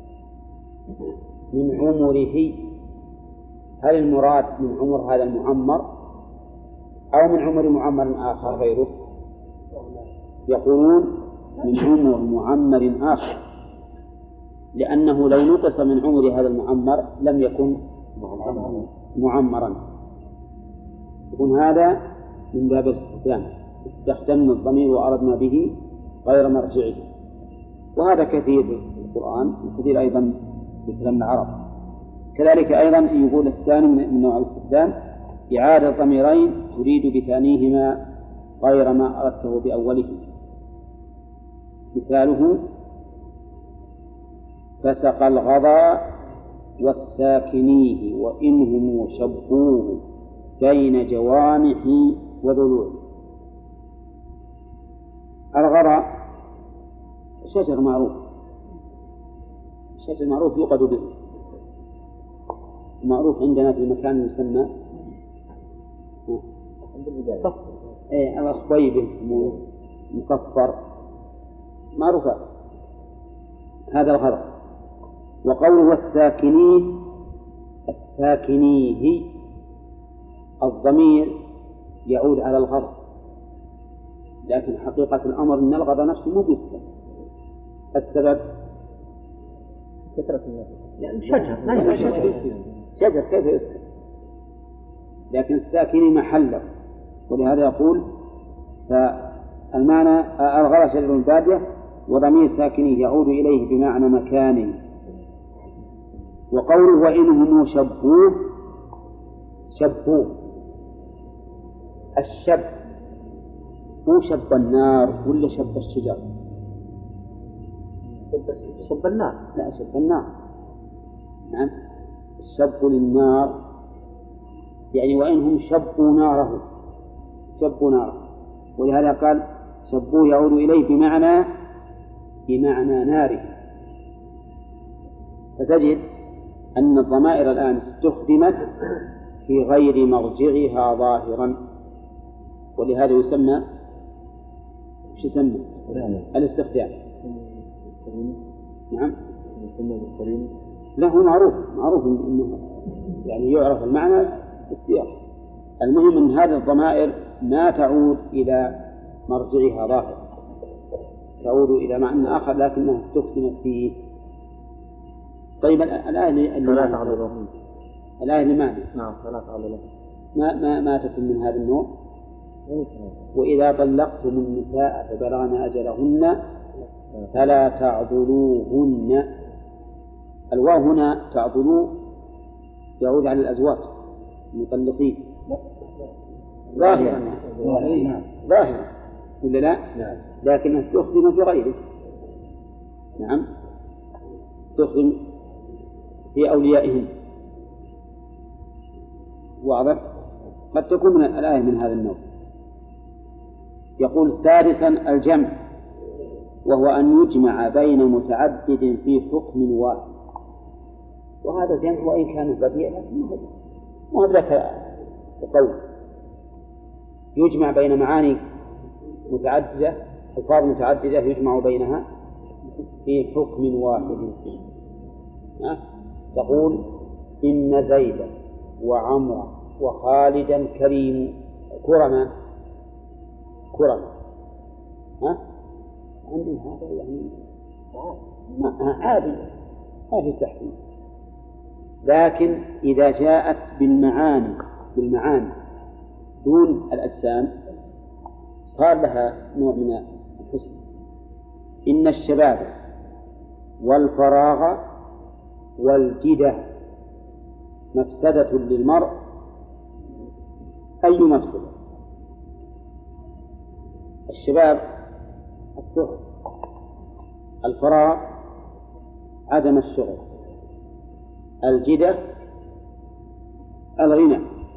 من عمره، هل المراد من عمر هذا المعمر أو من عمر معمر آخر غيره؟ يقولون من عمر معمر آخر، لأنه لو نقص من عمر هذا المعمر لم يكن معمرا. يكون هذا من باب الاستخدام، استخدمنا الضمير وأردنا به غير مرجعه. وهذا كثير في القرآن وكثير أيضا في كلام العرب. كذلك أيضا يقول الثاني من نوع الاستخدام إعادة ضميرين تريد بثانيهما غير ما أردته بأوله. مثاله: فسق الغضا والساكنيه وإنهم شبوه بين جوانح وضلوع. الغضا شجر معروف، شجر معروف يوقد به، معروف عندنا في مكان يسمى ايه الأصبيب مصفر، معروفة. هذا الغضا. وقوله الساكنيه، الساكنيه الضمير يعود على الغضب، لكن حقيقة الأمر أن الغضب نفسه مو بيسكن. السبب كثرة الناس، يعني شجر لا يسكن، شجر كيف يسكن؟ لكن الساكن محله. ولهذا يقول فالمعنى الغضب شجر البادية وضمير ساكنيه يعود إليه بمعنى مكان. وقوله وإنهم شبوه، شبوه الشب هو شب النار ولا شب الشجر؟ شب النار. لا، شب النار. نعم، الشب للنار، يعني وإنهم شبوا ناره، شبوا ناره. ولهذا قال شبوه يعود إليه بمعنى بمعنى ناره. فتجد أن الضمائر الآن استخدمت في غير مرجعها ظاهرا، ولهذا يسمى شو يسمى؟ الاستخدام. نعم، له معروف معروف إنه يعني يعرف المعنى بالسياق. المهم أن هذه الضمائر ما تعود إلى مرجعها ظاهر، تعود إلى معنى آخر لكنها استخدمت فيه. طيب الآية اللي الآية لماذا؟ نعم، فلا تعلل ما ما ما تكون من هذا النوع. وإذا طلقتم النساء فبلغن أجلهن فلا تعضلوهن الواو هنا تعضلوا يعود على الأزواج المطلقين ظاهرا ظاهرا ولا لا؟ لكنها تخدم في غيره. نعم تخدم في أوليائهم. واضح؟ قد تكون من الآية من هذا النوع. يقول ثالثا الجمع، وهو أن يجمع بين متعدد في حكم واحد. وهذا جمع وإن كان بديع ما هو ذاك القول. يجمع بين معاني متعددة، ألفاظ متعددة يجمع بينها في حكم واحد. تقول إن زيدا وعمرا وخالدا كريم كرما كرما. ها عندي هذا يعني عادي ما في تحكيم. لكن إذا جاءت بالمعاني بالمعاني دون الأجسام صار لها نوع من الحسن. إن الشباب والفراغ والجدة مفسدة للمرء. أي مفسدة؟ الشباب الشغل، الفراغ عدم الشغل، الجدة الغنى.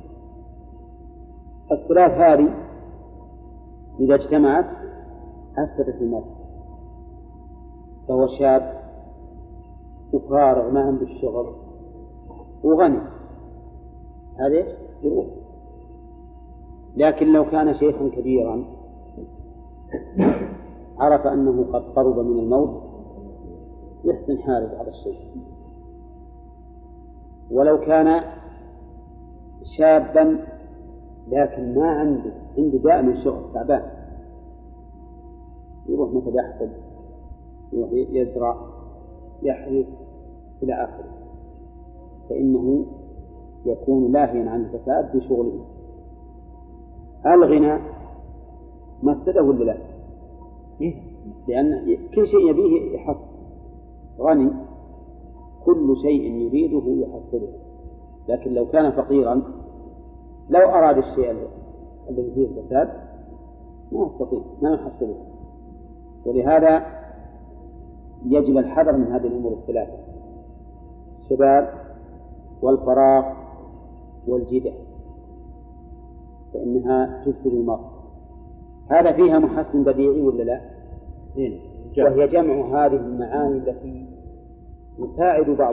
الثلاث هذه إذا اجتمعت أفسدت المرء. فهو شاب وفارغ ما عنده الشغل وغني، هذا يروح. لكن لو كان شيخا كبيرا عرف أنه قد قرب من الموت يحسن حارس على الشيء. ولو كان شابا لكن ما عنده عنده دائما شغل تعبان، يروح مثل يحفظ، يروح يزرع، يحرث إلى آخره، فإنه يكون لاهيا عن الفساد بشغله. الغنى مفسده ولا لا؟ لأن كل شيء يبيه يحصل. غني كل شيء يريده يحصله. لكن لو كان فقيرا لو أراد الشيء الذي فيه الفساد ما يستطيع ما يحصله. ولهذا يجب الحذر من هذه الأمور الثلاثة: الشباب والفراغ والجدة، فإنها تفسد المرء. هذا فيها محسن بديعي ولا لا؟ وهي جمع هذه المعاني التي يساعد بعض